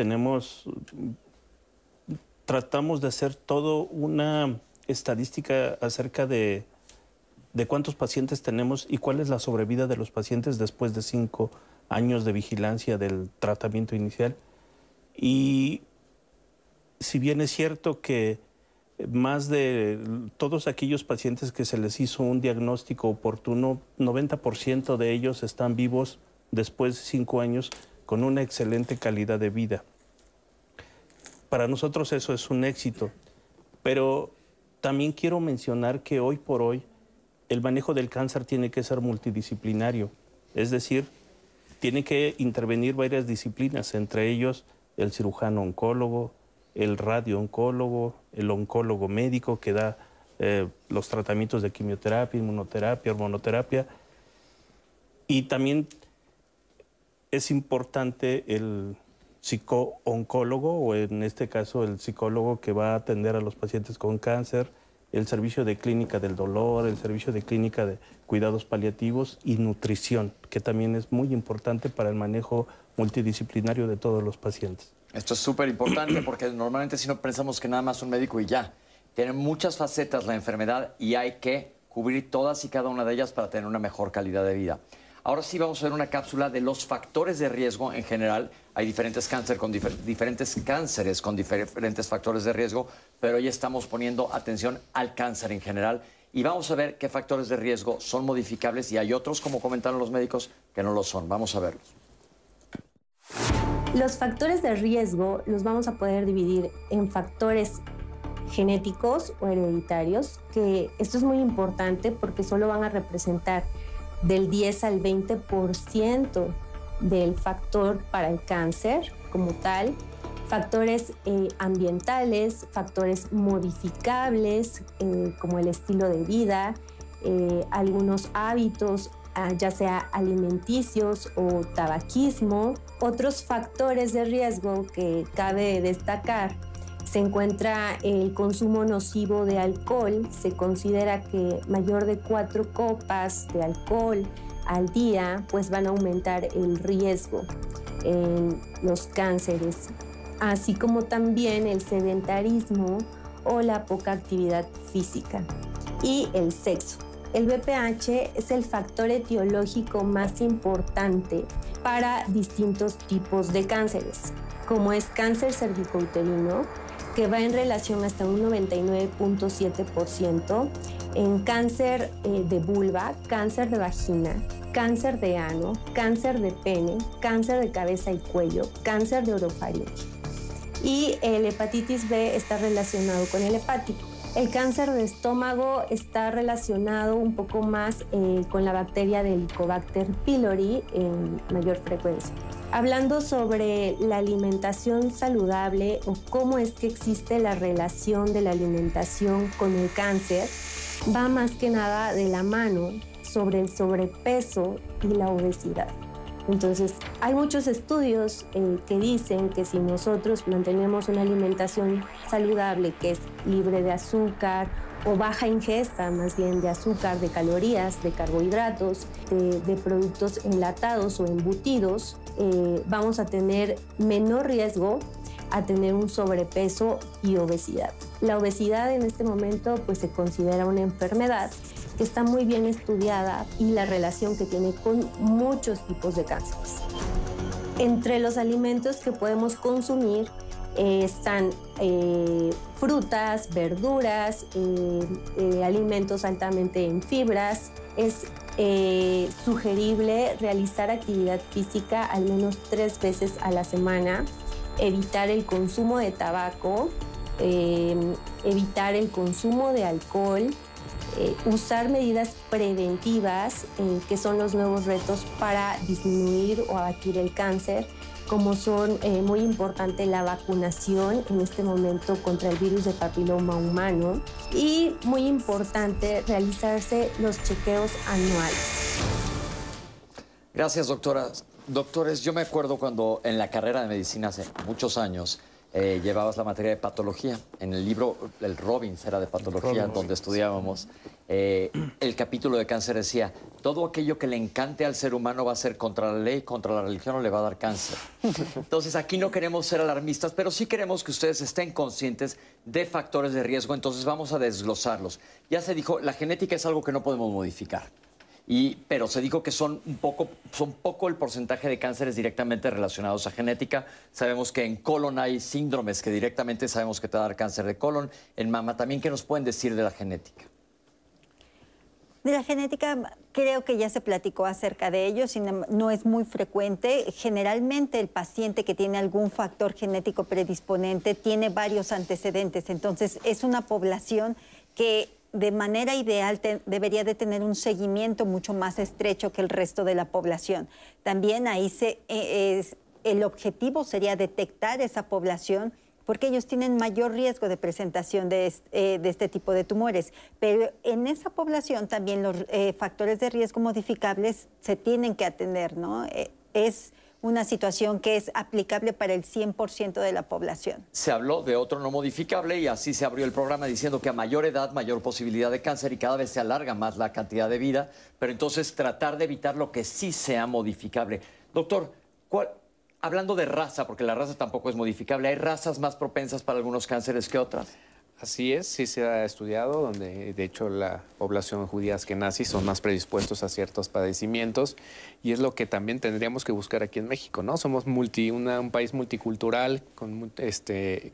tratamos de hacer todo una estadística acerca de cuántos pacientes tenemos y cuál es la sobrevida de los pacientes después de 5 años de vigilancia del tratamiento inicial. Y si bien es cierto que más de todos aquellos pacientes que se les hizo un diagnóstico oportuno, 90% de ellos están vivos después de 5 años con una excelente calidad de vida. Para nosotros eso es un éxito. Pero también quiero mencionar que hoy por hoy el manejo del cáncer tiene que ser multidisciplinario. Es decir, tiene que intervenir varias disciplinas, entre ellos el cirujano oncólogo, el radiooncólogo, el oncólogo médico que da los tratamientos de quimioterapia, inmunoterapia, hormonoterapia. Y también es importante el psicooncólogo, o en este caso el psicólogo que va a atender a los pacientes con cáncer, el servicio de clínica del dolor, el servicio de clínica de cuidados paliativos y nutrición, que también es muy importante para el manejo multidisciplinario de todos los pacientes. Esto es súper importante porque normalmente si no pensamos que nada más un médico y ya. Tiene muchas facetas la enfermedad y hay que cubrir todas y cada una de ellas para tener una mejor calidad de vida. Ahora sí vamos a ver una cápsula de los factores de riesgo en general. Hay diferentes cánceres con diferentes factores de riesgo, pero hoy estamos poniendo atención al cáncer en general y vamos a ver qué factores de riesgo son modificables y hay otros, como comentaron los médicos, que no lo son. Vamos a verlos. Los factores de riesgo los vamos a poder dividir en factores genéticos o hereditarios, que esto es muy importante porque solo van a representar del 10 al 20% del factor para el cáncer como tal. Factores ambientales, factores modificables como el estilo de vida, algunos hábitos, ya sea alimenticios o tabaquismo. Otros factores de riesgo que cabe destacar se encuentra el consumo nocivo de alcohol. Se considera que mayor de 4 copas de alcohol al día pues van a aumentar el riesgo en los cánceres, así como también el sedentarismo o la poca actividad física. Y el sexo. El BPH es el factor etiológico más importante para distintos tipos de cánceres, como es cáncer cervicouterino, que va en relación hasta un 99.7%, en cáncer de vulva, cáncer de vagina, cáncer de ano, cáncer de pene, cáncer de cabeza y cuello, cáncer de orofaringe. Y el hepatitis B está relacionado con el hepático. El cáncer de estómago está relacionado un poco más con la bacteria del Helicobacter pylori en mayor frecuencia. Hablando sobre la alimentación saludable o cómo es que existe la relación de la alimentación con el cáncer, va más que nada de la mano sobre el sobrepeso y la obesidad. Entonces, hay muchos estudios que dicen que si nosotros mantenemos una alimentación saludable que es libre de azúcar o baja ingesta más bien de azúcar, de calorías, de carbohidratos, de productos enlatados o embutidos, vamos a tener menor riesgo a tener un sobrepeso y obesidad. La obesidad en este momento pues, se considera una enfermedad que está muy bien estudiada y la relación que tiene con muchos tipos de cánceres. Entre los alimentos que podemos consumir están frutas, verduras, alimentos altamente en fibras. Es sugerible realizar actividad física al menos 3 veces a la semana, evitar el consumo de tabaco, evitar el consumo de alcohol, usar medidas preventivas, que son los nuevos retos para disminuir o abatir el cáncer, como son muy importante la vacunación en este momento contra el virus de papiloma humano y muy importante realizarse los chequeos anuales. Gracias, doctora. Doctores, yo me acuerdo cuando en la carrera de medicina hace muchos años llevabas la materia de patología. En el libro, el Robbins era de patología, donde estudiábamos. El capítulo de cáncer decía, todo aquello que le encante al ser humano va a ser contra la ley, contra la religión o le va a dar cáncer. Entonces, aquí no queremos ser alarmistas, pero sí queremos que ustedes estén conscientes de factores de riesgo, entonces vamos a desglosarlos. Ya se dijo, la genética es algo que no podemos modificar. Pero se dijo que son poco el porcentaje de cánceres directamente relacionados a genética. Sabemos que en colon hay síndromes que directamente sabemos que te va a dar cáncer de colon. En mama también, ¿qué nos pueden decir de la genética? De la genética, creo que ya se platicó acerca de ello, no es muy frecuente. Generalmente el paciente que tiene algún factor genético predisponente tiene varios antecedentes, entonces es una población que de manera ideal debería de tener un seguimiento mucho más estrecho que el resto de la población. También ahí el objetivo sería detectar esa población, porque ellos tienen mayor riesgo de presentación de este tipo de tumores. Pero en esa población también los factores de riesgo modificables se tienen que atender, ¿no? Es una situación que es aplicable para el 100% de la población. Se habló de otro no modificable y así se abrió el programa diciendo que a mayor edad, mayor posibilidad de cáncer y cada vez se alarga más la cantidad de vida, pero entonces tratar de evitar lo que sí sea modificable. Doctor, hablando de raza, porque la raza tampoco es modificable, ¿hay razas más propensas para algunos cánceres que otras? Así es, sí se ha estudiado, donde de hecho la población judía askenazí son más predispuestos a ciertos padecimientos y es lo que también tendríamos que buscar aquí en México, ¿no? Somos un país multicultural, que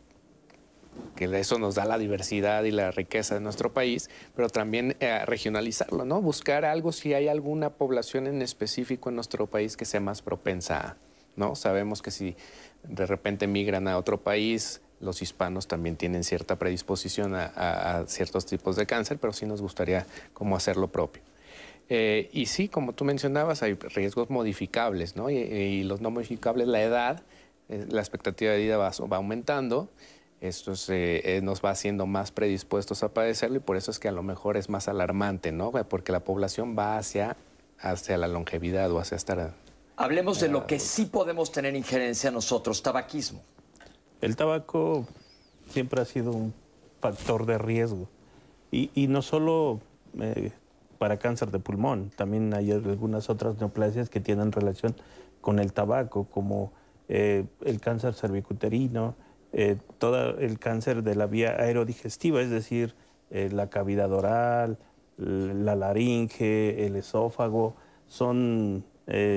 eso nos da la diversidad y la riqueza de nuestro país, pero también regionalizarlo, ¿no? Buscar algo, si hay alguna población en específico en nuestro país que sea más propensa, ¿no? Sabemos que si de repente migran a otro país, los hispanos también tienen cierta predisposición a ciertos tipos de cáncer, pero sí nos gustaría como hacer lo propio. Y sí, como tú mencionabas, hay riesgos modificables, ¿no? Y los no modificables, la edad, la expectativa de vida va aumentando. Esto nos va haciendo más predispuestos a padecerlo y por eso es que a lo mejor es más alarmante, ¿no? Porque la población va hacia la longevidad o hacia estar... Hablemos de lo que sí podemos tener injerencia nosotros, tabaquismo. El tabaco siempre ha sido un factor de riesgo y no solo para cáncer de pulmón, también hay algunas otras neoplasias que tienen relación con el tabaco, como el cáncer cervicuterino, todo el cáncer de la vía aerodigestiva, es decir, la cavidad oral, la laringe, el esófago, son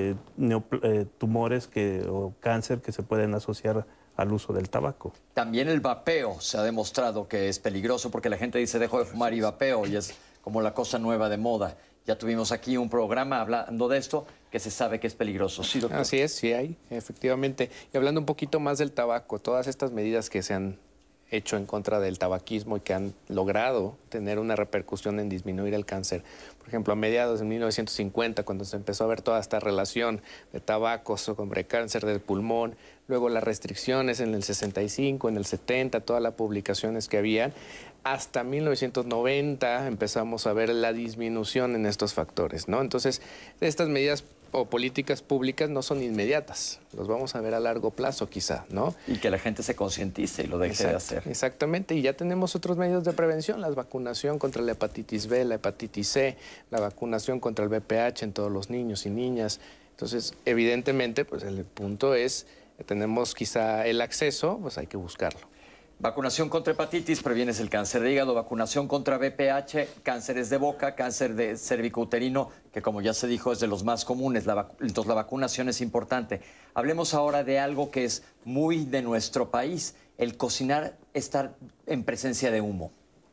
tumores o cáncer que se pueden asociar al uso del tabaco. También el vapeo se ha demostrado que es peligroso porque la gente dice dejo de fumar y vapeo y es como la cosa nueva de moda. Ya tuvimos aquí un programa hablando de esto que se sabe que es peligroso. ¿Sí, doctor? Así es, sí hay, efectivamente. Y hablando un poquito más del tabaco, todas estas medidas que se han hecho en contra del tabaquismo y que han logrado tener una repercusión en disminuir el cáncer. Por ejemplo, a mediados de 1950, cuando se empezó a ver toda esta relación de tabaco sobre cáncer del pulmón, luego las restricciones en el 65, en el 70, todas las publicaciones que habían, hasta 1990 empezamos a ver la disminución en estos factores, ¿no? Entonces, estas medidas o políticas públicas no son inmediatas, los vamos a ver a largo plazo quizá, ¿no? Y que la gente se concientice y lo deje de hacer. Exactamente, y ya tenemos otros medios de prevención, la vacunación contra la hepatitis B, la hepatitis C, la vacunación contra el VPH en todos los niños y niñas. Entonces, evidentemente, pues el punto es, tenemos quizá el acceso, pues hay que buscarlo. Vacunación contra hepatitis, previenes el cáncer de hígado. Vacunación contra VPH, cánceres de boca, cáncer de cervicouterino, que como ya se dijo es de los más comunes. Entonces la vacunación es importante. Hablemos ahora de algo que es muy de nuestro país, el cocinar, estar en presencia de humo.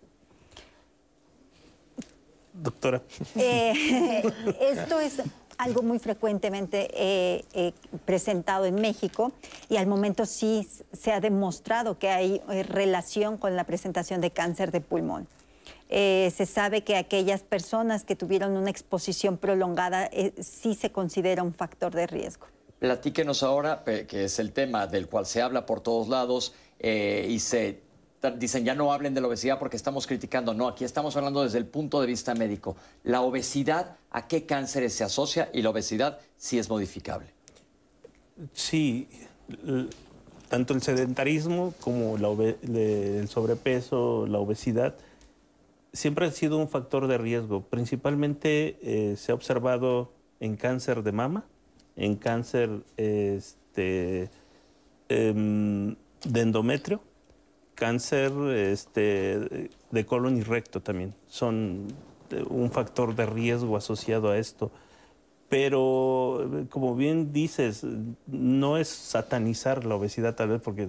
Doctora. Esto es algo muy frecuentemente presentado en México y al momento sí se ha demostrado que hay relación con la presentación de cáncer de pulmón. Se sabe que aquellas personas que tuvieron una exposición prolongada sí se considera un factor de riesgo. Platíquenos ahora, que es el tema del cual se habla por todos lados y se dicen ya no hablen de la obesidad porque estamos criticando. No, aquí estamos hablando desde el punto de vista médico. La obesidad, ¿a qué cánceres se asocia? Y la obesidad sí es modificable. Sí, tanto el sedentarismo como el sobrepeso, la obesidad, siempre ha sido un factor de riesgo. Principalmente se ha observado en cáncer de mama, en cáncer de endometrio, cáncer de colon y recto también. Son un factor de riesgo asociado a esto. Pero, como bien dices, no es satanizar la obesidad tal vez porque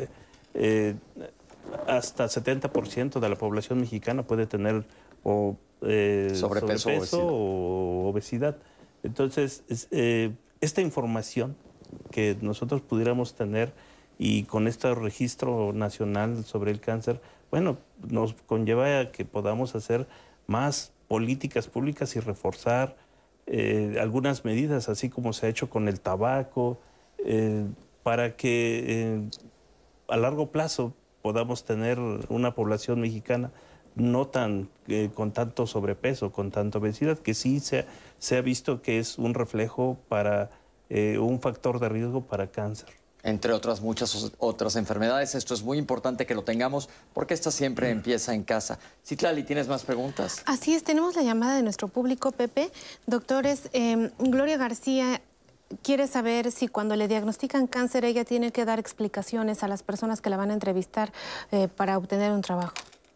hasta 70% de la población mexicana puede tener o sobrepeso o obesidad. Entonces, esta información que nosotros pudiéramos tener y con este registro nacional sobre el cáncer, bueno, nos conlleva a que podamos hacer más políticas públicas y reforzar algunas medidas, así como se ha hecho con el tabaco, para que a largo plazo podamos tener una población mexicana no tan con tanto sobrepeso, con tanta obesidad, que sí se ha visto que es un reflejo para un factor de riesgo para cáncer. Entre otras muchas otras enfermedades. Esto es muy importante que lo tengamos porque esta siempre empieza en casa. Citlali, ¿tienes más preguntas? Así es, tenemos la llamada de nuestro público, Pepe. Doctores, Gloria García quiere saber si cuando le diagnostican cáncer ella tiene que dar explicaciones a las personas que la van a entrevistar para obtener un trabajo.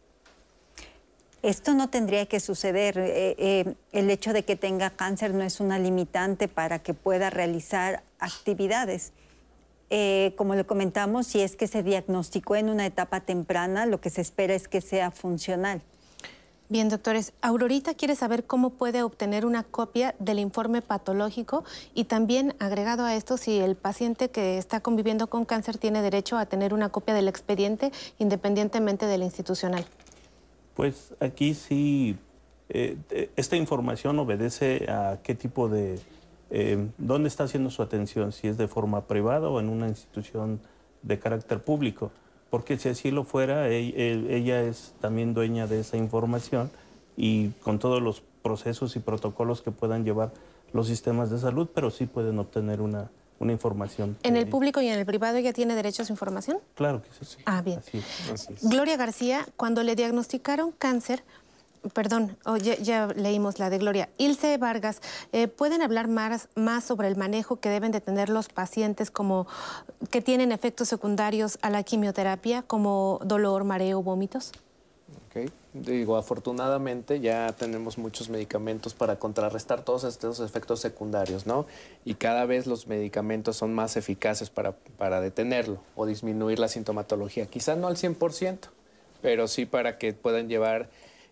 Esto no tendría que suceder. El hecho de que tenga cáncer no es una limitante para que pueda realizar actividades. Como le comentamos, si es que se diagnosticó en una etapa temprana, lo que se espera es que sea funcional. Bien, doctores. Aurorita quiere saber cómo puede obtener una copia del informe patológico y también, agregado a esto, si el paciente que está conviviendo con cáncer tiene derecho a tener una copia del expediente independientemente del institucional. Pues aquí sí, esta información obedece a qué tipo de... ¿dónde está haciendo su atención? Si es de forma privada o en una institución de carácter público. Porque si así lo fuera, ella es también dueña de esa información y con todos los procesos y protocolos que puedan llevar los sistemas de salud, pero sí pueden obtener una información. ¿En el público y en el privado ella tiene derecho a su información? Claro que sí. Ah, bien. Así es. Gloria García, cuando le diagnosticaron cáncer, perdón, ya leímos la de Gloria. Ilse Vargas, ¿pueden hablar más sobre el manejo que deben de tener los pacientes como que tienen efectos secundarios a la quimioterapia, como dolor, mareo, vómitos? Okay. Digo, afortunadamente ya tenemos muchos medicamentos para contrarrestar todos estos efectos secundarios, ¿no? Y cada vez los medicamentos son más eficaces para detenerlo o disminuir la sintomatología. Quizá no al 100%, pero sí para que puedan llevar...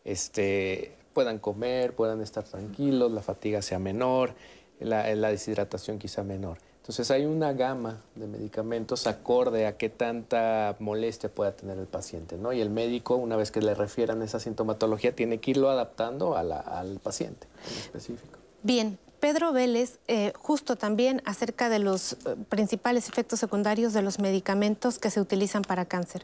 puedan comer, puedan estar tranquilos, la fatiga sea menor, la deshidratación quizá menor. Entonces hay una gama de medicamentos acorde a qué tanta molestia pueda tener el paciente, ¿no? Y el médico, una vez que le refieran esa sintomatología, tiene que irlo adaptando al paciente en específico. Bien. Pedro Vélez, justo también acerca de los principales efectos secundarios de los medicamentos que se utilizan para cáncer.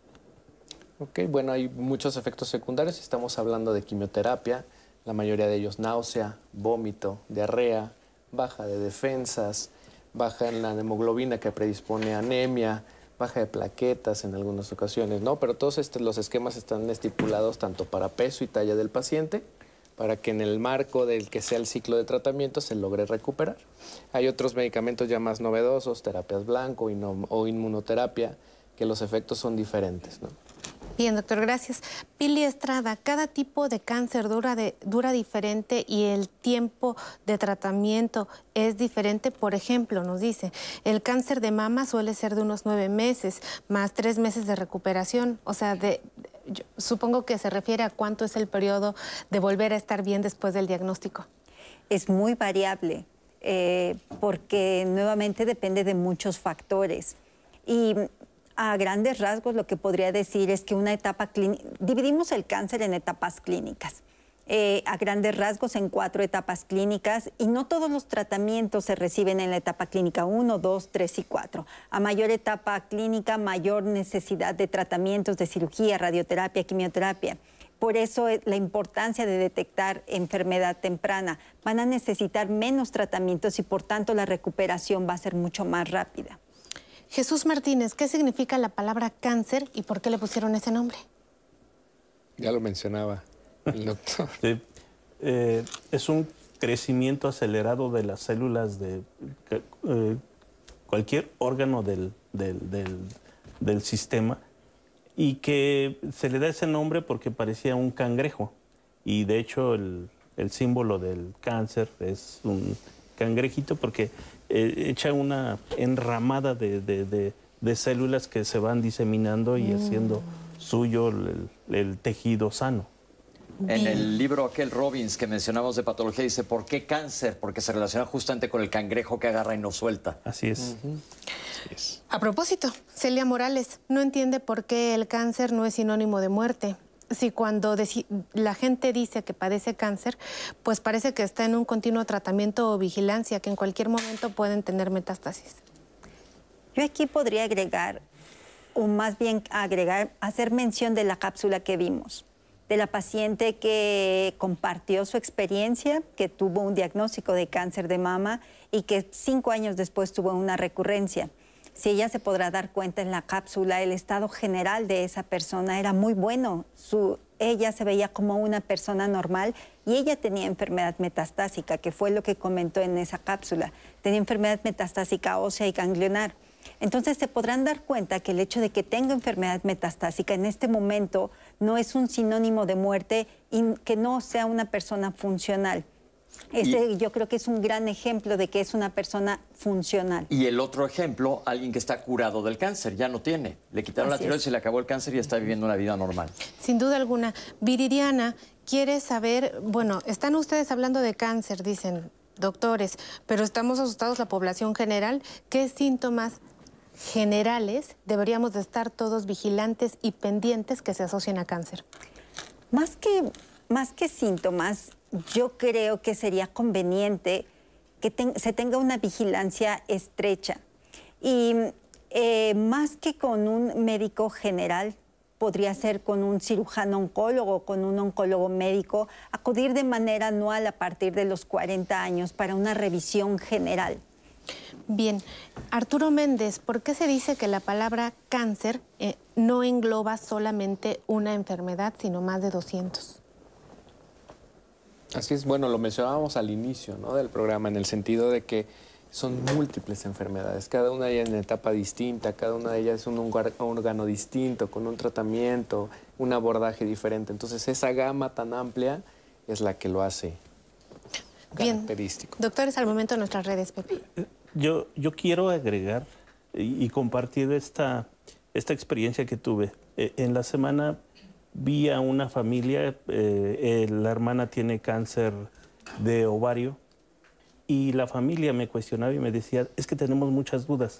Ok, bueno, hay muchos efectos secundarios. Estamos hablando de quimioterapia, la mayoría de ellos náusea, vómito, diarrea, baja de defensas, baja en la hemoglobina que predispone a anemia, baja de plaquetas en algunas ocasiones, ¿no? Pero todos los esquemas están estipulados tanto para peso y talla del paciente, para que en el marco del que sea el ciclo de tratamiento se logre recuperar. Hay otros medicamentos ya más novedosos, terapias blanco o inmunoterapia, que los efectos son diferentes, ¿no? Bien, doctor, gracias. Pili Estrada, cada tipo de cáncer dura diferente y el tiempo de tratamiento es diferente. Por ejemplo, nos dice, el cáncer de mama suele ser de unos 9 meses, más 3 meses de recuperación. O sea, yo supongo que se refiere a cuánto es el periodo de volver a estar bien después del diagnóstico. Es muy variable, porque nuevamente depende de muchos factores. Y a grandes rasgos lo que podría decir es que una etapa clínica, dividimos el cáncer en etapas clínicas, a grandes rasgos en 4 etapas clínicas, y no todos los tratamientos se reciben en la etapa clínica 1, 2, 3 y 4. A mayor etapa clínica, mayor necesidad de tratamientos de cirugía, radioterapia, quimioterapia. Por eso la importancia de detectar enfermedad temprana. Van a necesitar menos tratamientos y por tanto la recuperación va a ser mucho más rápida. Jesús Martínez, ¿qué significa la palabra cáncer y por qué le pusieron ese nombre? Ya lo mencionaba el doctor. Sí. Es un crecimiento acelerado de las células de cualquier órgano del sistema y que se le da ese nombre porque parecía un cangrejo. Y de hecho el símbolo del cáncer es un cangrejito porque echa una enramada de células que se van diseminando y haciendo suyo el tejido sano. En el libro aquel Robbins que mencionamos de patología dice, ¿por qué cáncer? Porque se relaciona justamente con el cangrejo que agarra y no suelta. Así es. A propósito, Celia Morales no entiende por qué el cáncer no es sinónimo de muerte. Si cuando la gente dice que padece cáncer, pues parece que está en un continuo tratamiento o vigilancia, que en cualquier momento pueden tener metástasis. Yo aquí podría agregar, o más bien hacer mención de la cápsula que vimos, de la paciente que compartió su experiencia, que tuvo un diagnóstico de cáncer de mama y que 5 años después tuvo una recurrencia. Si ella se podrá dar cuenta en la cápsula, el estado general de esa persona era muy bueno. Ella se veía como una persona normal y ella tenía enfermedad metastásica, que fue lo que comentó en esa cápsula. Tenía enfermedad metastásica ósea y ganglionar. Entonces se podrán dar cuenta que el hecho de que tenga enfermedad metastásica en este momento no es un sinónimo de muerte y que no sea una persona funcional. Yo creo que es un gran ejemplo de que es una persona funcional. Y el otro ejemplo, alguien que está curado del cáncer, ya no tiene. Le quitaron la tiroides, se le acabó el cáncer y está viviendo una vida normal. Sin duda alguna. Viridiana quiere saber, bueno, están ustedes hablando de cáncer, dicen doctores, pero estamos asustados la población general. ¿Qué síntomas generales deberíamos de estar todos vigilantes y pendientes que se asocien a cáncer? Más que síntomas, yo creo que sería conveniente que se tenga una vigilancia estrecha. Y más que con un médico general, podría ser con un cirujano oncólogo, con un oncólogo médico, acudir de manera anual a partir de los 40 años para una revisión general. Bien. Arturo Méndez, ¿por qué se dice que la palabra cáncer no engloba solamente una enfermedad, sino más de 200? Así es, bueno, lo mencionábamos al inicio, ¿no?, del programa, en el sentido de que son múltiples enfermedades, cada una de ellas en etapa distinta, cada una de ellas es un órgano distinto, con un tratamiento, un abordaje diferente. Entonces, esa gama tan amplia es la que lo hace característico. Bien. Doctores, al momento en nuestras redes, Pepe. Yo quiero agregar y compartir esta experiencia que tuve. En la semana vi a una familia, la hermana tiene cáncer de ovario, y la familia me cuestionaba y me decía, es que tenemos muchas dudas.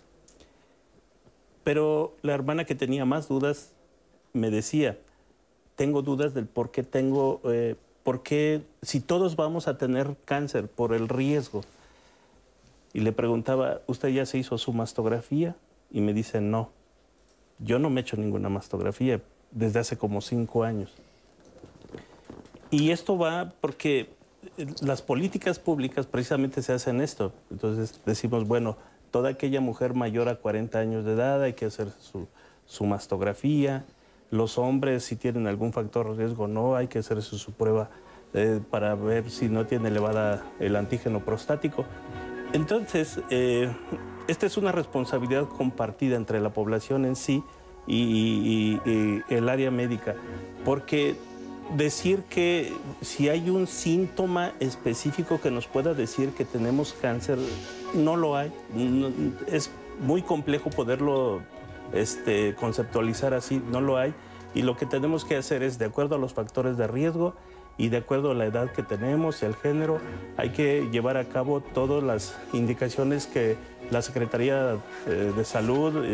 Pero la hermana que tenía más dudas me decía, tengo dudas del por qué si todos vamos a tener cáncer por el riesgo. Y le preguntaba, ¿usted ya se hizo su mastografía? Y me dice, no, yo no me he hecho ninguna mastografía desde hace como 5 años. Y esto va porque las políticas públicas precisamente se hacen esto. Entonces decimos, bueno, toda aquella mujer mayor a 40 años de edad hay que hacer su mastografía. Los hombres, si tienen algún factor de riesgo, no, hay que hacerse su prueba para ver si no tiene elevada el antígeno prostático. Entonces, esta es una responsabilidad compartida entre la población en sí y el área médica, porque decir que si hay un síntoma específico que nos pueda decir que tenemos cáncer, no lo hay. Es muy complejo poderlo conceptualizar así, no lo hay. Y lo que tenemos que hacer es, de acuerdo a los factores de riesgo y de acuerdo a la edad que tenemos y al género, hay que llevar a cabo todas las indicaciones que la Secretaría de Salud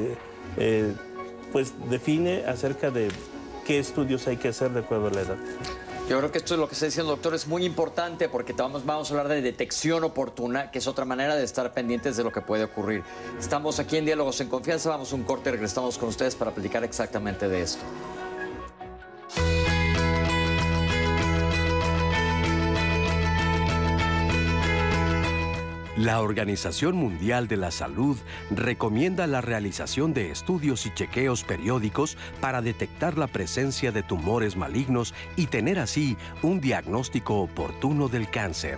pues define acerca de qué estudios hay que hacer de acuerdo a la edad. Yo creo que esto es lo que está diciendo, doctor, es muy importante porque vamos a hablar de detección oportuna, que es otra manera de estar pendientes de lo que puede ocurrir. Estamos aquí en Diálogos en Confianza, vamos a un corte y regresamos con ustedes para platicar exactamente de esto. La Organización Mundial de la Salud recomienda la realización de estudios y chequeos periódicos para detectar la presencia de tumores malignos y tener así un diagnóstico oportuno del cáncer.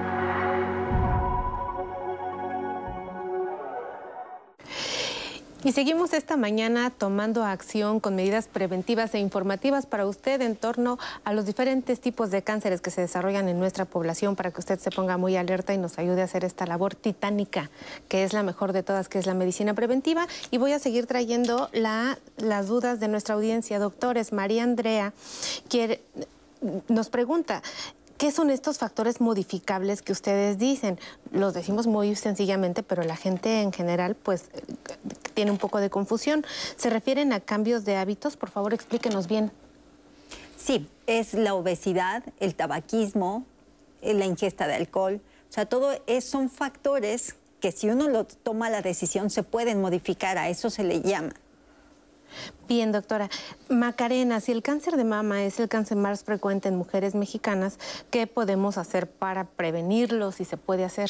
Y seguimos esta mañana tomando acción con medidas preventivas e informativas para usted en torno a los diferentes tipos de cánceres que se desarrollan en nuestra población, para que usted se ponga muy alerta y nos ayude a hacer esta labor titánica, que es la mejor de todas, que es la medicina preventiva. Y voy a seguir trayendo las dudas de nuestra audiencia. Doctores, María Andrea nos pregunta: ¿qué son estos factores modificables que ustedes dicen? Los decimos muy sencillamente, pero la gente en general pues tiene un poco de confusión. ¿Se refieren a cambios de hábitos? Por favor, explíquenos bien. Sí, es la obesidad, el tabaquismo, la ingesta de alcohol. O sea, son factores que si uno toma la decisión se pueden modificar, a eso se le llama. Bien, doctora. Macarena, si el cáncer de mama es el cáncer más frecuente en mujeres mexicanas, ¿qué podemos hacer para prevenirlo, si se puede hacer?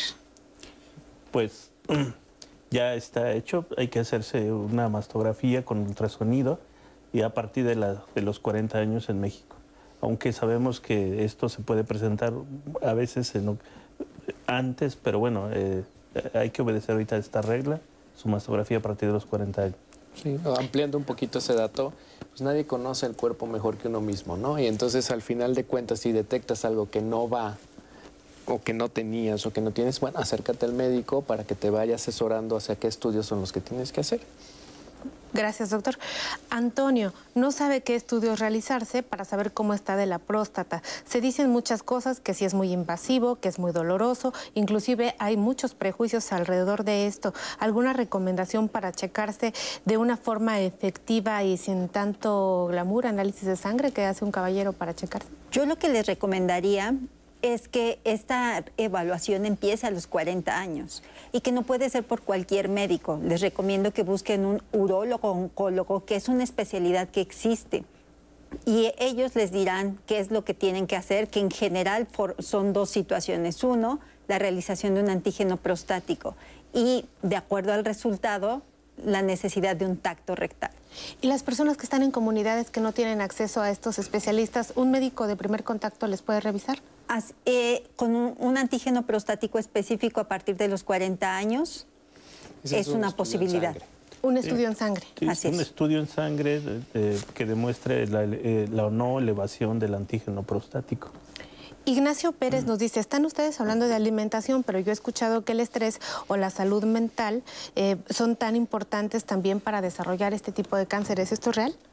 Pues ya está hecho, hay que hacerse una mastografía con ultrasonido y a partir de los 40 años en México. Aunque sabemos que esto se puede presentar a veces antes, pero bueno, hay que obedecer ahorita esta regla, su mastografía a partir de los 40 años. Sí, ampliando un poquito ese dato, pues nadie conoce el cuerpo mejor que uno mismo, ¿no? Y entonces al final de cuentas, si detectas algo que no va, o que no tenías, o que no tienes, bueno, acércate al médico para que te vaya asesorando hacia qué estudios son los que tienes que hacer. Gracias, doctor. Antonio, no sabe qué estudios realizarse para saber cómo está de la próstata. Se dicen muchas cosas, que si es muy invasivo, que es muy doloroso, inclusive hay muchos prejuicios alrededor de esto. ¿Alguna recomendación para checarse de una forma efectiva y sin tanto glamour, análisis de sangre que hace un caballero para checarse? Yo lo que les recomendaría es que esta evaluación empiece a los 40 años y que no puede ser por cualquier médico. Les recomiendo que busquen un urólogo o oncólogo, que es una especialidad que existe. Y ellos les dirán qué es lo que tienen que hacer, que en general son dos situaciones. Uno, la realización de un antígeno prostático y, de acuerdo al resultado, la necesidad de un tacto rectal. Y las personas que están en comunidades que no tienen acceso a estos especialistas, ¿un médico de primer contacto les puede revisar? Con un antígeno prostático específico a partir de los 40 años es una posibilidad. Un estudio en sangre. Sí, así un es. estudio en sangre que demuestre la o no elevación del antígeno prostático. Ignacio Pérez nos dice: están ustedes hablando de alimentación, pero yo he escuchado que el estrés o la salud mental son tan importantes también para desarrollar este tipo de cánceres. ¿Esto es real?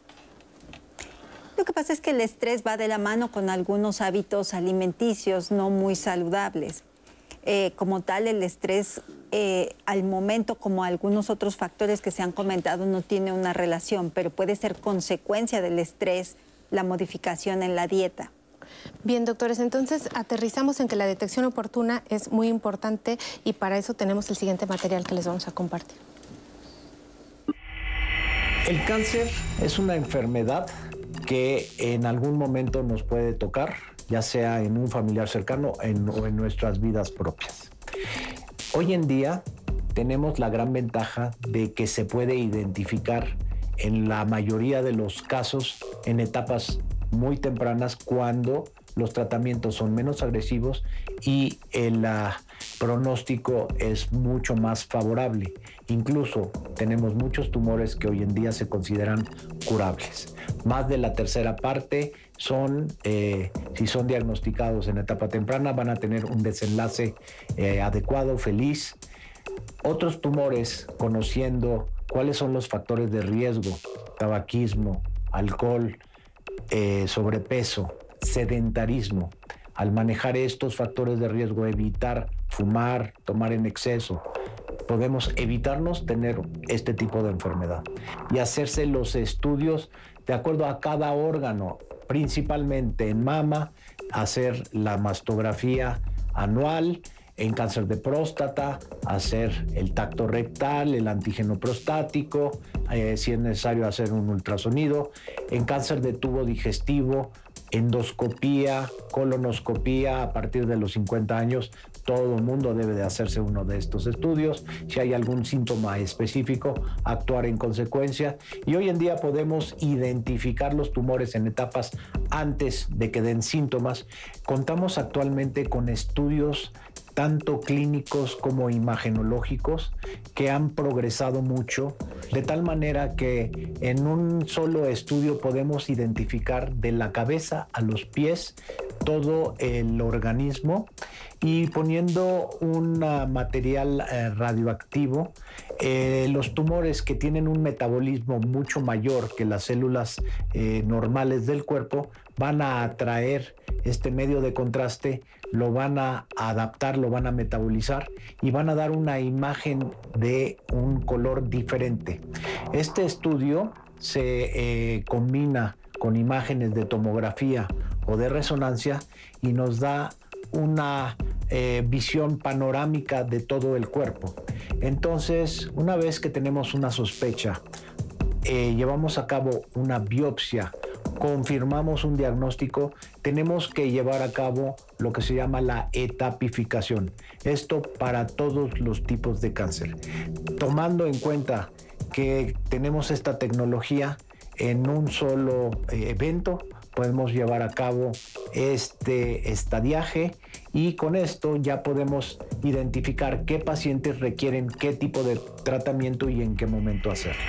Lo que pasa es que el estrés va de la mano con algunos hábitos alimenticios no muy saludables. Como tal, el estrés al momento, como algunos otros factores que se han comentado, no tiene una relación, pero puede ser consecuencia del estrés la modificación en la dieta. Bien, doctores, entonces aterrizamos en que la detección oportuna es muy importante y para eso tenemos el siguiente material que les vamos a compartir. El cáncer es una enfermedad que en algún momento nos puede tocar, ya sea en un familiar cercano o en nuestras vidas propias. Hoy en día tenemos la gran ventaja de que se puede identificar en la mayoría de los casos en etapas muy tempranas, cuando los tratamientos son menos agresivos y el pronóstico es mucho más favorable. Incluso tenemos muchos tumores que hoy en día se consideran curables. Más de la tercera parte si son diagnosticados en etapa temprana, van a tener un desenlace adecuado, feliz. Otros tumores, conociendo cuáles son los factores de riesgo, tabaquismo, alcohol, sobrepeso, sedentarismo. Al manejar estos factores de riesgo, evitar fumar, tomar en exceso, podemos evitarnos tener este tipo de enfermedad y hacerse los estudios de acuerdo a cada órgano, principalmente en mama, hacer la mastografía anual, en cáncer de próstata, hacer el tacto rectal, el antígeno prostático, si es necesario hacer un ultrasonido, en cáncer de tubo digestivo, endoscopía, colonoscopía a partir de los 50 años. Todo el mundo debe de hacerse uno de estos estudios. Si hay algún síntoma específico, actuar en consecuencia. Y hoy en día podemos identificar los tumores en etapas antes de que den síntomas. Contamos actualmente con estudios tanto clínicos como imagenológicos, que han progresado mucho, de tal manera que en un solo estudio podemos identificar de la cabeza a los pies todo el organismo, y poniendo un material radioactivo, los tumores que tienen un metabolismo mucho mayor que las células normales del cuerpo van a atraer este medio de contraste, lo van a adaptar, lo van a metabolizar y van a dar una imagen de un color diferente. Este estudio se combina con imágenes de tomografía o de resonancia y nos da una visión panorámica de todo el cuerpo. Entonces, una vez que tenemos una sospecha, llevamos a cabo una biopsia, confirmamos un diagnóstico, tenemos que llevar a cabo lo que se llama la etapificación. Esto para todos los tipos de cáncer. Tomando en cuenta que tenemos esta tecnología, en un solo evento podemos llevar a cabo este estadiaje, y con esto ya podemos identificar qué pacientes requieren qué tipo de tratamiento y en qué momento hacerlo.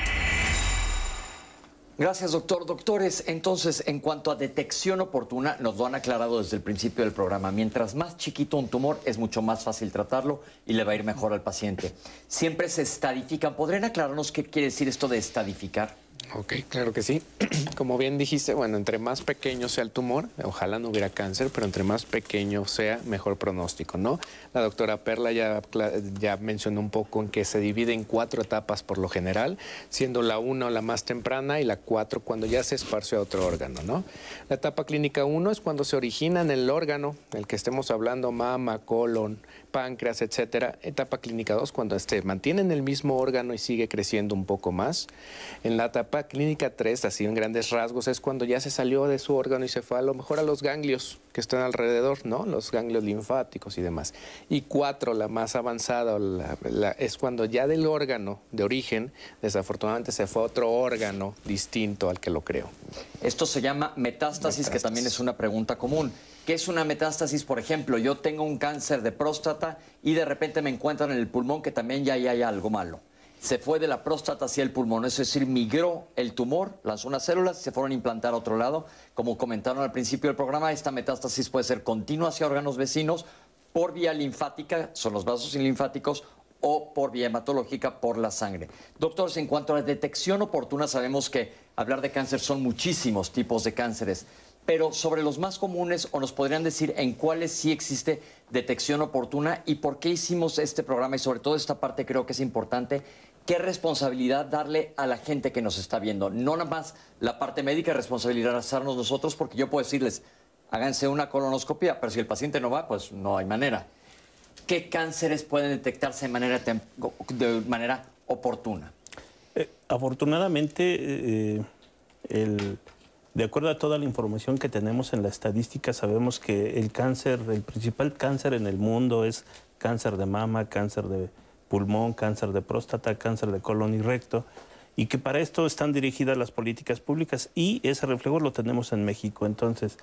Gracias, doctor. Doctores, entonces, en cuanto a detección oportuna, nos lo han aclarado desde el principio del programa. Mientras más chiquito un tumor, es mucho más fácil tratarlo y le va a ir mejor al paciente. Siempre se estadifican. ¿Podrían aclararnos qué quiere decir esto de estadificar? Ok, claro que sí. Como bien dijiste, bueno, entre más pequeño sea el tumor, ojalá no hubiera cáncer, pero entre más pequeño sea, mejor pronóstico, ¿no? La doctora Perla ya mencionó un poco en que se divide en 4 etapas por lo general, siendo la 1 la más temprana y la 4 cuando ya se esparció a otro órgano, ¿no? La etapa clínica 1 es cuando se origina en el órgano, el que estemos hablando, mama, colon, páncreas, etcétera. Etapa clínica 2, cuando se mantiene en el mismo órgano y sigue creciendo un poco más. En la etapa clínica 3, así en grandes rasgos, es cuando ya se salió de su órgano y se fue a lo mejor a los ganglios que están alrededor, ¿no? Los ganglios linfáticos y demás. Y 4, la más avanzada, es cuando ya del órgano de origen, desafortunadamente se fue a otro órgano distinto al que lo creó. Esto se llama metástasis, que también es una pregunta común. ¿Qué es una metástasis? Por ejemplo, yo tengo un cáncer de próstata y de repente me encuentran en el pulmón que también ya hay algo malo. Se fue de la próstata hacia el pulmón, es decir, migró el tumor, lanzó unas células y se fueron a implantar a otro lado. Como comentaron al principio del programa, esta metástasis puede ser continua hacia órganos vecinos por vía linfática, son los vasos linfáticos, o por vía hematológica, por la sangre. Doctores, en cuanto a la detección oportuna, sabemos que hablar de cáncer son muchísimos tipos de cánceres, pero sobre los más comunes, ¿o nos podrían decir en cuáles sí existe detección oportuna y por qué hicimos este programa? Y sobre todo esta parte creo que es importante, ¿qué responsabilidad darle a la gente que nos está viendo? No nada más la parte médica, responsabilidad hacernos nosotros, porque yo puedo decirles, háganse una colonoscopia, pero si el paciente no va, pues no hay manera. ¿Qué cánceres pueden detectarse de manera oportuna? Afortunadamente, de acuerdo a toda la información que tenemos en la estadística, sabemos que el principal cáncer en el mundo es cáncer de mama, cáncer de pulmón, cáncer de próstata, cáncer de colon y recto, y que para esto están dirigidas las políticas públicas y ese reflejo lo tenemos en México. Entonces,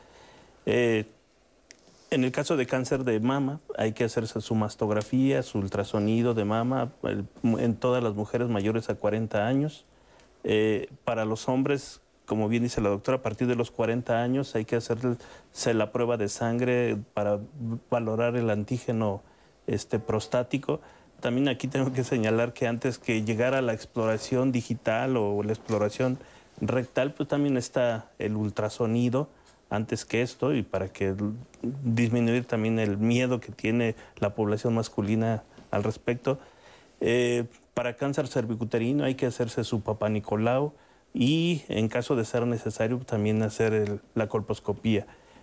en el caso de cáncer de mama, hay que hacerse su mastografía, su ultrasonido de mama en todas las mujeres mayores a 40 años. Para los hombres, como bien dice la doctora, a partir de los 40 años hay que hacerse la prueba de sangre para valorar el antígeno prostático. También aquí tengo que señalar que antes que llegara la exploración digital o la exploración rectal, pues también está el ultrasonido antes que esto, y para que disminuir también el miedo que tiene la población masculina al respecto. Para cáncer cervicuterino hay que hacerse su Papá Nicolau y en caso de ser necesario también hacer la colposcopía.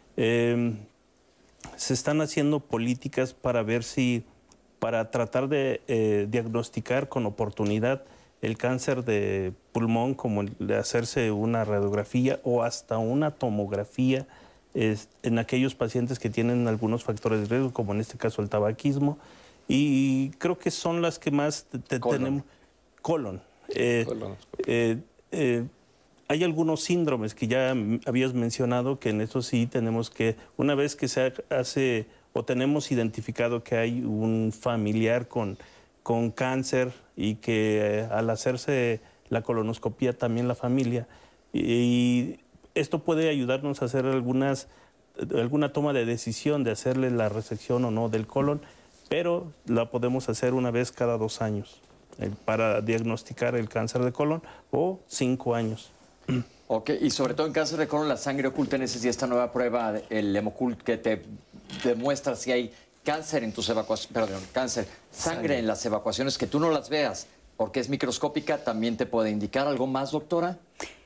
Se están haciendo políticas para ver para tratar de diagnosticar con oportunidad el cáncer de pulmón, como el de hacerse una radiografía o hasta una tomografía en aquellos pacientes que tienen algunos factores de riesgo, como en este caso el tabaquismo, y creo que son las que más tenemos. Colon. Hay algunos síndromes que ya habías mencionado, que en eso sí tenemos que, una vez que se hace o tenemos identificado que hay un familiar con cáncer y que al hacerse la colonoscopía también la familia. Y esto puede ayudarnos a hacer alguna toma de decisión de hacerle la resección o no del colon, pero la podemos hacer una vez cada 2 años para diagnosticar el cáncer de colon o 5 años. Ok, y sobre todo en cáncer de colon, la sangre oculta, y esta nueva prueba, el Hemocult, que te demuestra si hay cáncer en tus evacuaciones, perdón, sangre en las evacuaciones, que tú no las veas porque es microscópica, ¿también te puede indicar algo más, doctora?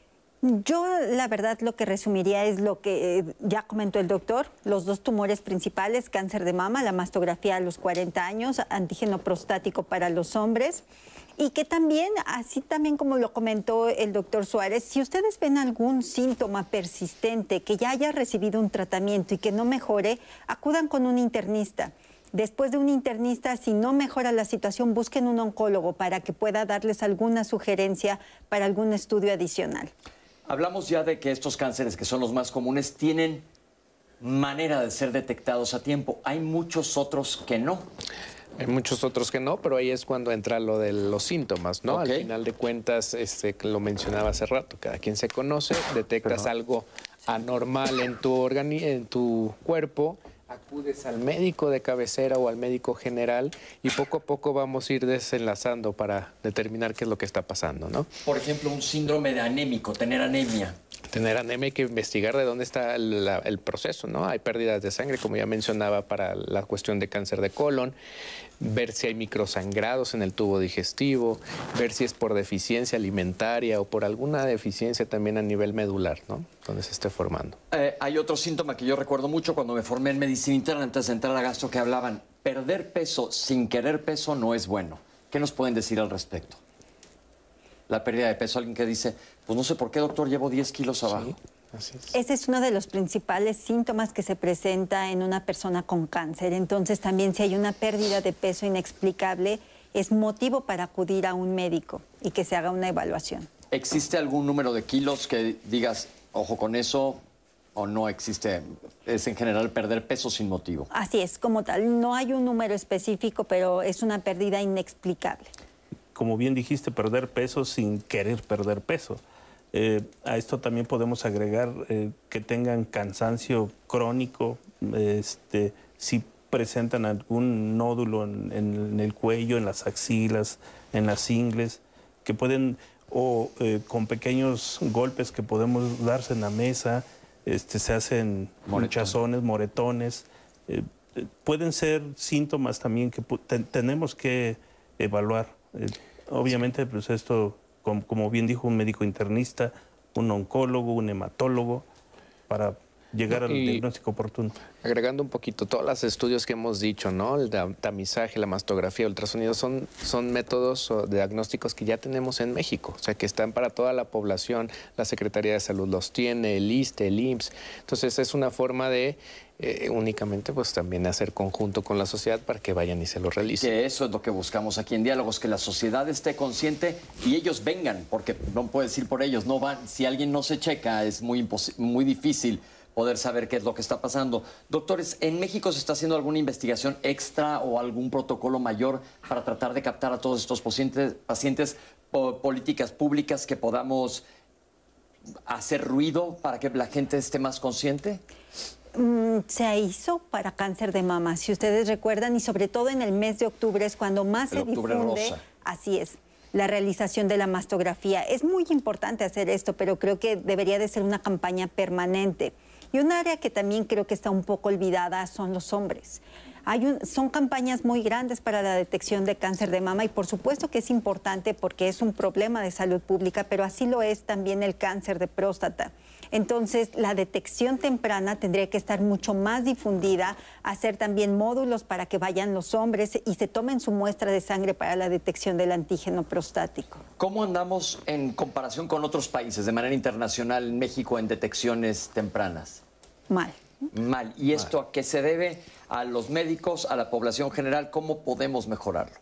Yo, la verdad, lo que resumiría es lo que ya comentó el doctor, los 2 tumores principales, cáncer de mama, la mastografía a los 40 años, antígeno prostático para los hombres, y que también, así también como lo comentó el doctor Suárez, si ustedes ven algún síntoma persistente que ya haya recibido un tratamiento y que no mejore, acudan con un internista. Después de un internista, si no mejora la situación, busquen un oncólogo para que pueda darles alguna sugerencia para algún estudio adicional. Hablamos ya de que estos cánceres, que son los más comunes, tienen manera de ser detectados a tiempo. Hay muchos otros que no. Hay muchos otros que no, pero ahí es cuando entra lo de los síntomas, ¿no? Okay. Al final de cuentas, lo mencionaba hace rato, cada quien se conoce, detectas algo anormal en tu cuerpo, acudes al médico de cabecera o al médico general y poco a poco vamos a ir desenlazando para determinar qué es lo que está pasando, ¿no? Por ejemplo, un síndrome de anémico, tener anemia. Tener anemia hay que investigar de dónde está el proceso, ¿no? Hay pérdidas de sangre, como ya mencionaba, para la cuestión de cáncer de colon, ver si hay microsangrados en el tubo digestivo, ver si es por deficiencia alimentaria o por alguna deficiencia también a nivel medular, ¿no? Donde se esté formando. Hay otro síntoma que yo recuerdo mucho cuando me formé en medicina interna antes de entrar a gastro, que hablaban, perder peso sin querer peso no es bueno. ¿Qué nos pueden decir al respecto? La pérdida de peso, alguien que dice, pues no sé por qué, doctor, llevo 10 kilos abajo. Sí, así es. Ese es uno de los principales síntomas que se presenta en una persona con cáncer. Entonces, también si hay una pérdida de peso inexplicable, es motivo para acudir a un médico y que se haga una evaluación. ¿Existe algún número de kilos que digas, ojo con eso, o no existe? Es en general perder peso sin motivo. Así es, como tal. No hay un número específico, pero es una pérdida inexplicable. Como bien dijiste, perder peso sin querer perder peso. A esto también podemos agregar que tengan cansancio crónico, si presentan algún nódulo en el cuello, en las axilas, en las ingles, que pueden, o con pequeños golpes que podemos darse en la mesa, se hacen hinchazones, moretones. Pueden ser síntomas también que tenemos que evaluar. Obviamente, pues esto, como bien dijo un médico internista, un oncólogo, un hematólogo, para llegar al diagnóstico oportuno. Agregando un poquito, todos los estudios que hemos dicho, ¿no? El tamizaje, la mastografía, el ultrasonido, son métodos o diagnósticos que ya tenemos en México, o sea, que están para toda la población, la Secretaría de Salud los tiene, el ISSSTE, el IMSS, entonces es una forma de únicamente pues también hacer conjunto con la sociedad para que vayan y se lo realicen. Que eso es lo que buscamos aquí en Diálogos, que la sociedad esté consciente y ellos vengan, porque no puedes ir por ellos, no van. Si alguien no se checa, es muy difícil poder saber qué es lo que está pasando. Doctores, ¿en México se está haciendo alguna investigación extra o algún protocolo mayor para tratar de captar a todos estos pacientes, políticas públicas que podamos hacer ruido para que la gente esté más consciente? Se hizo para cáncer de mama, si ustedes recuerdan, y sobre todo en el mes de octubre es cuando más se difunde. Rosa. Así es. La realización de la mastografía. Es muy importante hacer esto, pero creo que debería de ser una campaña permanente. Y un área que también creo que está un poco olvidada son los hombres. Son campañas muy grandes para la detección de cáncer de mama y por supuesto que es importante porque es un problema de salud pública, pero así lo es también el cáncer de próstata. Entonces, la detección temprana tendría que estar mucho más difundida, hacer también módulos para que vayan los hombres y se tomen su muestra de sangre para la detección del antígeno prostático. ¿Cómo andamos en comparación con otros países de manera internacional en México en detecciones tempranas? Mal. Mal. ¿Y esto a qué se debe? ¿A los médicos, a la población general? ¿Cómo podemos mejorarlo?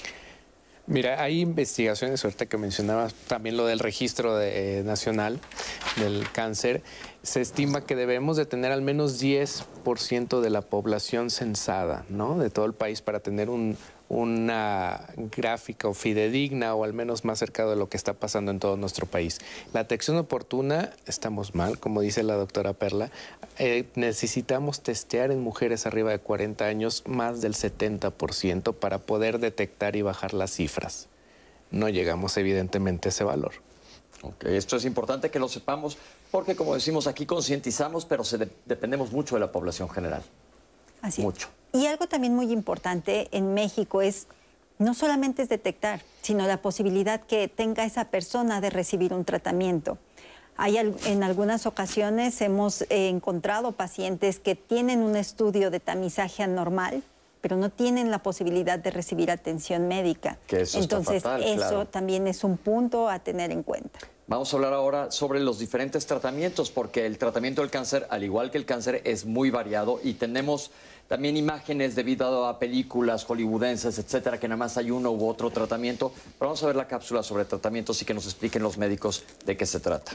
Mira, hay investigaciones, ahorita que mencionabas también lo del registro nacional, del cáncer, se estima que debemos de tener al menos 10% de la población censada, ¿no?, de todo el país para tener una gráfica o fidedigna o al menos más cercano de lo que está pasando en todo nuestro país. La detección oportuna, estamos mal, como dice la doctora Perla, necesitamos testear en mujeres arriba de 40 años más del 70% para poder detectar y bajar las cifras. No llegamos evidentemente a ese valor. Ok, esto es importante que lo sepamos porque, como decimos aquí, concientizamos, pero dependemos mucho de la población general. Así mucho. Y algo también muy importante en México es, no solamente es detectar, sino la posibilidad que tenga esa persona de recibir un tratamiento. En algunas ocasiones hemos encontrado pacientes que tienen un estudio de tamizaje anormal, pero no tienen la posibilidad de recibir atención médica. Que eso Entonces, está fatal, eso claro. también es un punto a tener en cuenta. Vamos a hablar ahora sobre los diferentes tratamientos, porque el tratamiento del cáncer, al igual que el cáncer, es muy variado y tenemos también imágenes debido a películas hollywoodenses, etcétera, que nada más hay uno u otro tratamiento. Pero vamos a ver la cápsula sobre tratamientos y que nos expliquen los médicos de qué se trata.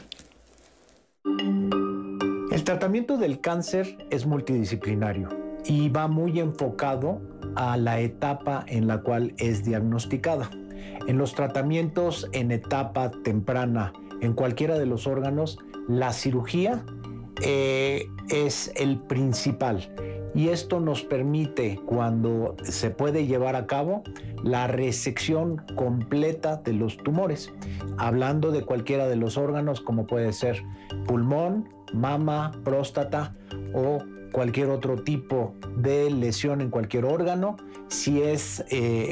El tratamiento del cáncer es multidisciplinario y va muy enfocado a la etapa en la cual es diagnosticada. En los tratamientos en etapa temprana, en cualquiera de los órganos, la cirugía es el principal. Y esto nos permite, cuando se puede llevar a cabo, la resección completa de los tumores. Hablando de cualquiera de los órganos, como puede ser pulmón, mama, próstata o cualquier otro tipo de lesión en cualquier órgano, si es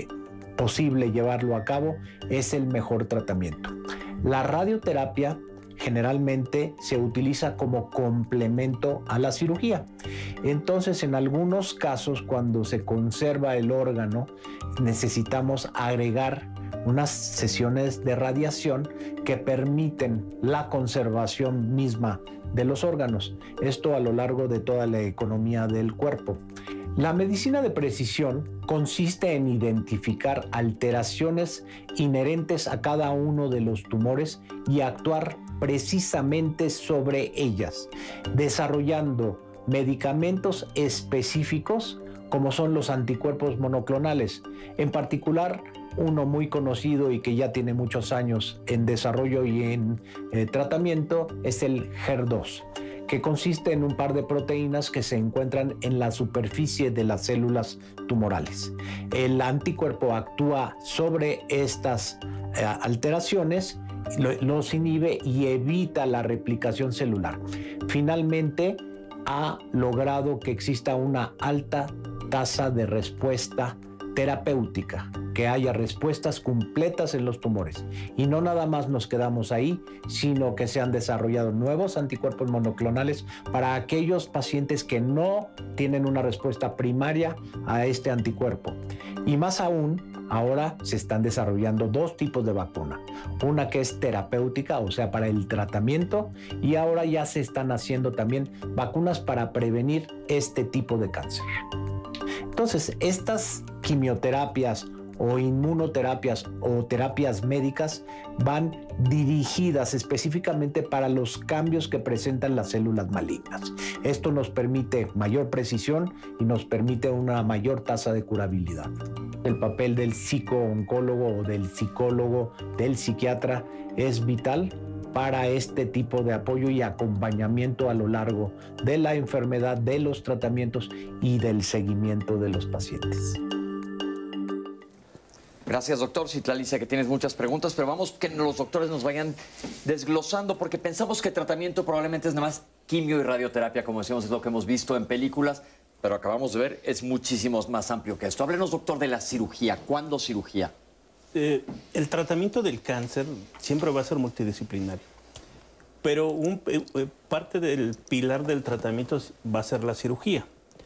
posible llevarlo a cabo, es el mejor tratamiento. La radioterapia generalmente se utiliza como complemento a la cirugía. Entonces, en algunos casos, cuando se conserva el órgano, necesitamos agregar unas sesiones de radiación que permiten la conservación misma de los órganos. Esto a lo largo de toda la economía del cuerpo. La medicina de precisión consiste en identificar alteraciones inherentes a cada uno de los tumores y actuar precisamente sobre ellas, desarrollando medicamentos específicos como son los anticuerpos monoclonales. En particular, uno muy conocido y que ya tiene muchos años en desarrollo y en tratamiento es el HER2, que consiste en un par de proteínas que se encuentran en la superficie de las células tumorales. El anticuerpo actúa sobre estas alteraciones, los inhibe y evita la replicación celular. Finalmente, ha logrado que exista una alta tasa de respuesta terapéutica, que haya respuestas completas en los tumores. Y no nada más nos quedamos ahí, sino que se han desarrollado nuevos anticuerpos monoclonales para aquellos pacientes que no tienen una respuesta primaria a este anticuerpo. Y más aún, ahora se están desarrollando dos tipos de vacuna. Una que es terapéutica, o sea, para el tratamiento, y ahora ya se están haciendo también vacunas para prevenir este tipo de cáncer. Entonces, estas quimioterapias o inmunoterapias o terapias médicas van dirigidas específicamente para los cambios que presentan las células malignas. Esto nos permite mayor precisión y nos permite una mayor tasa de curabilidad. El papel del psicooncólogo o del psicólogo, del psiquiatra, es vital para este tipo de apoyo y acompañamiento a lo largo de la enfermedad, de los tratamientos y del seguimiento de los pacientes. Gracias, doctor. Citlali dice que tienes muchas preguntas, pero vamos que los doctores nos vayan desglosando, porque pensamos que tratamiento probablemente es nada más quimio y radioterapia, como decimos, es lo que hemos visto en películas, pero acabamos de ver, es muchísimo más amplio que esto. Háblenos, doctor, de la cirugía. ¿Cuándo cirugía? El tratamiento del cáncer siempre va a ser multidisciplinario, pero parte del pilar del tratamiento va a ser la cirugía.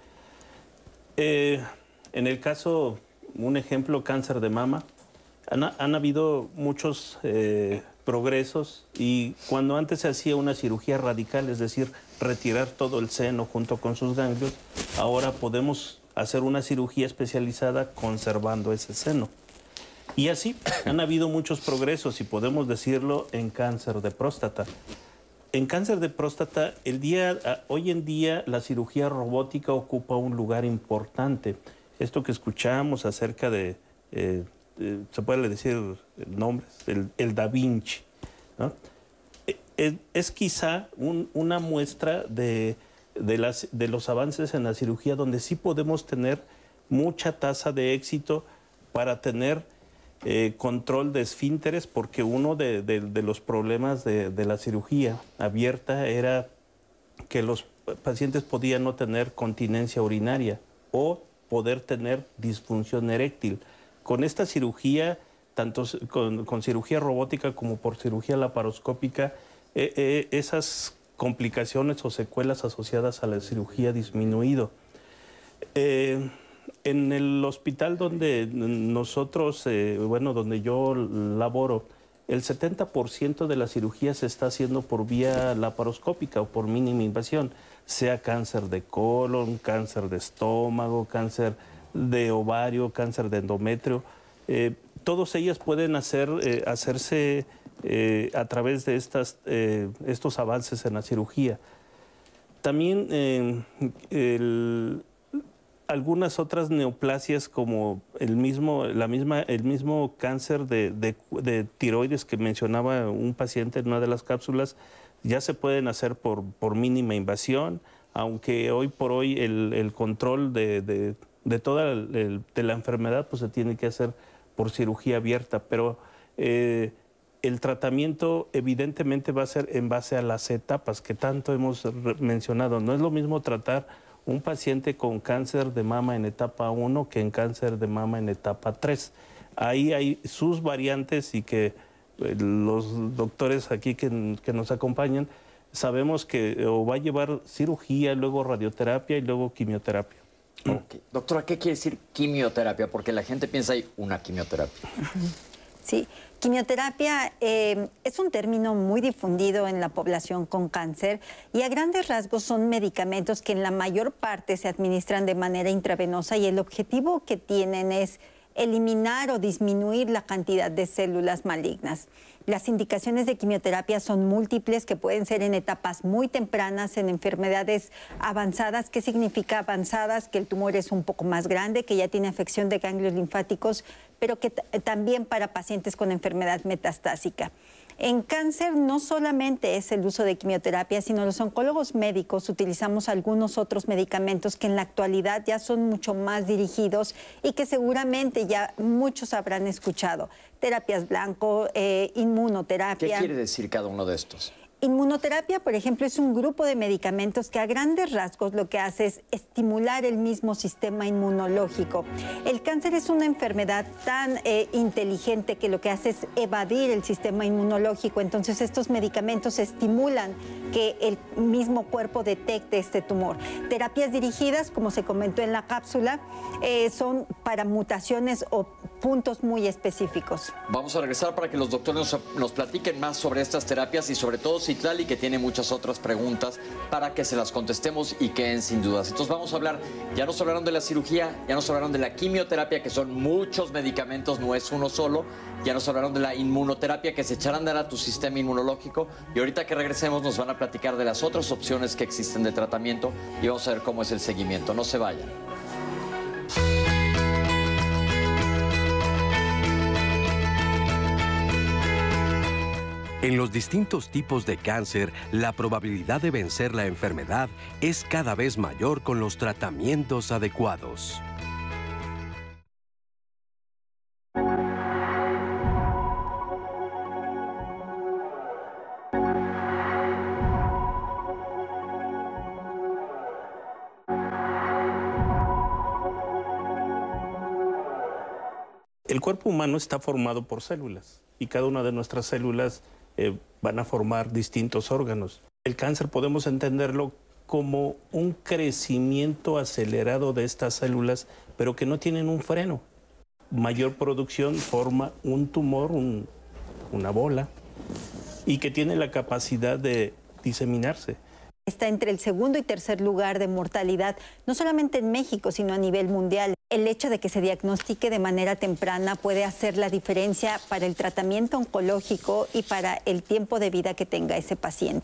En el caso, un ejemplo, cáncer de mama, han habido muchos progresos y cuando antes se hacía una cirugía radical, es decir, retirar todo el seno junto con sus ganglios, ahora podemos hacer una cirugía especializada conservando ese seno. Y así han habido muchos progresos, y podemos decirlo en cáncer de próstata. En cáncer de próstata, hoy en día la cirugía robótica ocupa un lugar importante. Esto que escuchamos acerca de, se puede decir nombres, el Da Vinci, ¿no? Es quizá una muestra de los avances en la cirugía donde sí podemos tener mucha tasa de éxito para tener control de esfínteres, porque uno de los problemas de la cirugía abierta era que los pacientes podían no tener continencia urinaria o poder tener disfunción eréctil. Con esta cirugía, tanto con cirugía robótica como por cirugía laparoscópica, esas complicaciones o secuelas asociadas a la cirugía disminuido. En el hospital donde nosotros, donde yo laboro, el 70% de la cirugía se está haciendo por vía laparoscópica o por mínima invasión, sea cáncer de colon, cáncer de estómago, cáncer de ovario, cáncer de endometrio. Todas ellas pueden hacerse a través de estos avances en la cirugía. También algunas otras neoplasias como el mismo cáncer de tiroides que mencionaba un paciente en una de las cápsulas, ya se pueden hacer por mínima invasión, aunque hoy por hoy el control de toda la enfermedad pues se tiene que hacer por cirugía abierta, pero el tratamiento evidentemente va a ser en base a las etapas que tanto hemos mencionado. No es lo mismo tratar un paciente con cáncer de mama en etapa 1 que en cáncer de mama en etapa 3. Ahí hay sus variantes y que los doctores aquí que nos acompañan sabemos que va a llevar cirugía, luego radioterapia y luego quimioterapia. Okay. Doctora, ¿qué quiere decir quimioterapia? Porque la gente piensa hay una quimioterapia. Sí, quimioterapia es un término muy difundido en la población con cáncer y a grandes rasgos son medicamentos que en la mayor parte se administran de manera intravenosa y el objetivo que tienen es eliminar o disminuir la cantidad de células malignas. Las indicaciones de quimioterapia son múltiples, que pueden ser en etapas muy tempranas, en enfermedades avanzadas. ¿Qué significa avanzadas? Que el tumor es un poco más grande, que ya tiene afección de ganglios linfáticos, pero que también para pacientes con enfermedad metastásica. En cáncer no solamente es el uso de quimioterapia, sino los oncólogos médicos utilizamos algunos otros medicamentos que en la actualidad ya son mucho más dirigidos y que seguramente ya muchos habrán escuchado. Terapias blanco, inmunoterapia. ¿Qué quiere decir cada uno de estos? Inmunoterapia, por ejemplo, es un grupo de medicamentos que a grandes rasgos lo que hace es estimular el mismo sistema inmunológico. El cáncer es una enfermedad tan inteligente que lo que hace es evadir el sistema inmunológico. Entonces, estos medicamentos estimulan que el mismo cuerpo detecte este tumor. Terapias dirigidas, como se comentó en la cápsula, son para mutaciones o puntos muy específicos. Vamos a regresar para que los doctores nos platiquen más sobre estas terapias y sobre todo Citlali, que tiene muchas otras preguntas para que se las contestemos y queden sin dudas. Entonces vamos a hablar, ya nos hablaron de la cirugía, ya nos hablaron de la quimioterapia, que son muchos medicamentos, no es uno solo, ya nos hablaron de la inmunoterapia, que se echarán de a tu sistema inmunológico, y ahorita que regresemos nos van a platicar de las otras opciones que existen de tratamiento y vamos a ver cómo es el seguimiento. No se vayan. En los distintos tipos de cáncer, la probabilidad de vencer la enfermedad es cada vez mayor con los tratamientos adecuados. El cuerpo humano está formado por células y cada una de nuestras células van a formar distintos órganos. El cáncer podemos entenderlo como un crecimiento acelerado de estas células, pero que no tienen un freno. Mayor producción forma un tumor, una bola, y que tiene la capacidad de diseminarse. Está entre el segundo y tercer lugar de mortalidad, no solamente en México, sino a nivel mundial. El hecho de que se diagnostique de manera temprana puede hacer la diferencia para el tratamiento oncológico y para el tiempo de vida que tenga ese paciente.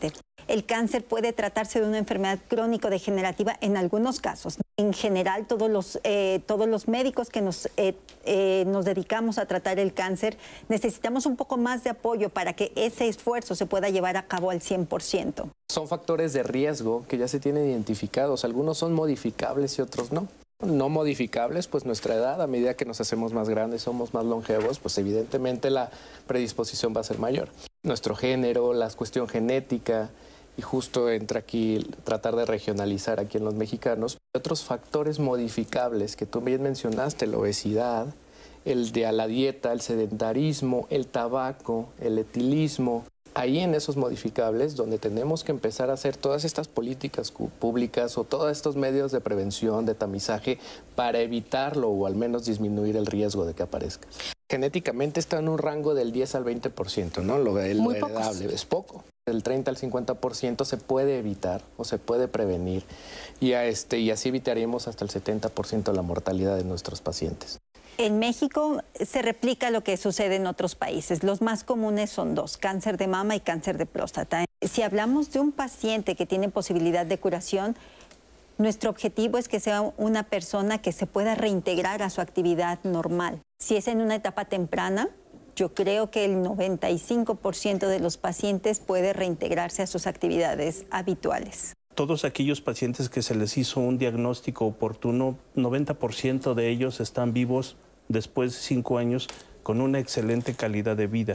El cáncer puede tratarse de una enfermedad crónico-degenerativa en algunos casos. En general, todos los médicos que nos dedicamos a tratar el cáncer necesitamos un poco más de apoyo para que ese esfuerzo se pueda llevar a cabo al 100%. Son factores de riesgo que ya se tienen identificados. Algunos son modificables y otros no. No modificables, pues nuestra edad, a medida que nos hacemos más grandes, somos más longevos, pues evidentemente la predisposición va a ser mayor. Nuestro género, la cuestión genética, y justo entra aquí tratar de regionalizar aquí en los mexicanos. Otros factores modificables que tú bien mencionaste, la obesidad, el de a la dieta, el sedentarismo, el tabaco, el etilismo. Ahí en esos modificables donde tenemos que empezar a hacer todas estas políticas públicas o todos estos medios de prevención, de tamizaje, para evitarlo o al menos disminuir el riesgo de que aparezca. Genéticamente está en un rango del 10 al 20%, ¿no? Lo heredable es poco. El 30 al 50% se puede evitar o se puede prevenir y así evitaríamos hasta el 70% de la mortalidad de nuestros pacientes. En México se replica lo que sucede en otros países. Los más comunes son dos, cáncer de mama y cáncer de próstata. Si hablamos de un paciente que tiene posibilidad de curación, nuestro objetivo es que sea una persona que se pueda reintegrar a su actividad normal. Si es en una etapa temprana, yo creo que el 95% de los pacientes puede reintegrarse a sus actividades habituales. Todos aquellos pacientes que se les hizo un diagnóstico oportuno, 90% de ellos están vivos después de 5 años con una excelente calidad de vida.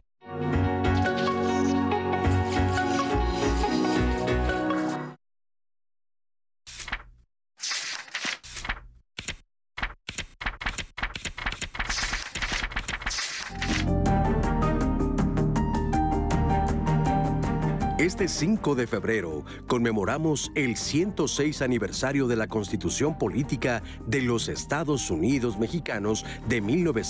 Este 5 de febrero conmemoramos el 106 aniversario de la Constitución Política de los Estados Unidos Mexicanos de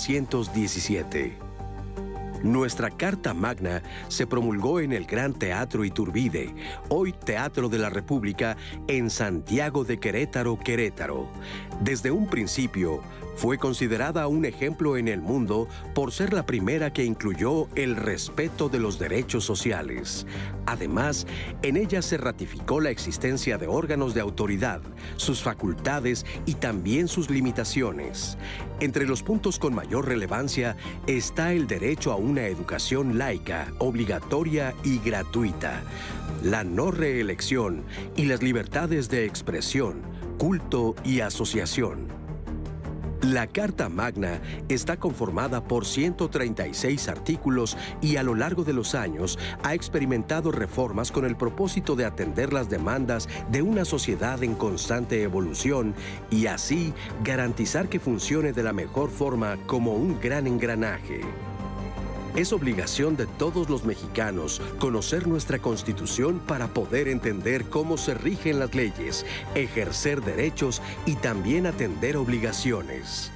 1917. Nuestra Carta Magna se promulgó en el Gran Teatro Iturbide, hoy Teatro de la República, en Santiago de Querétaro, Querétaro. Desde un principio, fue considerada un ejemplo en el mundo por ser la primera que incluyó el respeto de los derechos sociales. Además, en ella se ratificó la existencia de órganos de autoridad, sus facultades y también sus limitaciones. Entre los puntos con mayor relevancia está el derecho a una educación laica, obligatoria y gratuita, la no reelección y las libertades de expresión, culto y asociación. La Carta Magna está conformada por 136 artículos y a lo largo de los años ha experimentado reformas con el propósito de atender las demandas de una sociedad en constante evolución y así garantizar que funcione de la mejor forma como un gran engranaje. Es obligación de todos los mexicanos conocer nuestra Constitución para poder entender cómo se rigen las leyes, ejercer derechos y también atender obligaciones.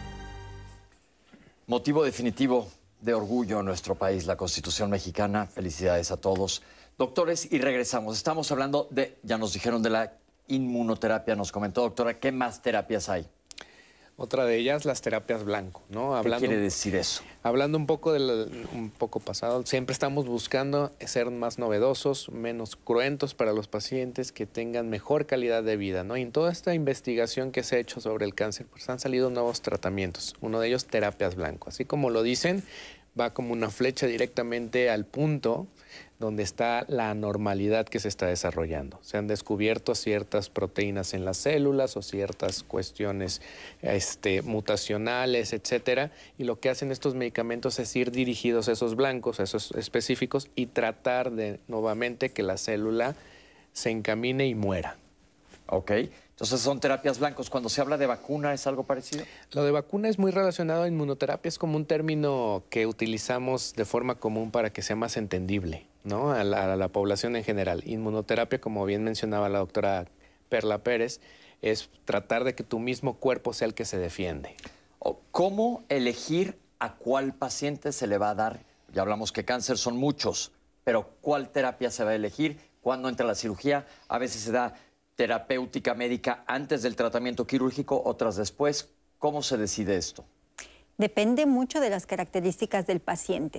Motivo definitivo de orgullo en nuestro país, la Constitución mexicana. Felicidades a todos. Doctores, y regresamos. Estamos hablando de, ya nos dijeron de la inmunoterapia, nos comentó, doctora, ¿qué más terapias hay? Otra de ellas, las terapias blanco, ¿no? ¿Qué quiere decir eso? Hablando un poco pasado, siempre estamos buscando ser más novedosos, menos cruentos para los pacientes, que tengan mejor calidad de vida, ¿no? Y en toda esta investigación que se ha hecho sobre el cáncer, pues han salido nuevos tratamientos. Uno de ellos, terapias blanco. Así como lo dicen, va como una flecha directamente al punto donde está la anormalidad que se está desarrollando. Se han descubierto ciertas proteínas en las células o ciertas cuestiones mutacionales, etcétera, y lo que hacen estos medicamentos es ir dirigidos a esos blancos, a esos específicos, y tratar de nuevamente que la célula se encamine y muera. Ok. Entonces son terapias blancos. Cuando se habla de vacuna, ¿es algo parecido? Lo de vacuna es muy relacionado a inmunoterapia, es como un término que utilizamos de forma común para que sea más entendible, ¿no? a la población en general. Inmunoterapia, como bien mencionaba la doctora Perla Pérez, es tratar de que tu mismo cuerpo sea el que se defiende. ¿Cómo elegir a cuál paciente se le va a dar? Ya hablamos que cáncer son muchos, pero ¿cuál terapia se va a elegir? ¿Cuándo entra la cirugía? A veces se da terapéutica médica antes del tratamiento quirúrgico, otras después. ¿Cómo se decide esto? Depende mucho de las características del paciente.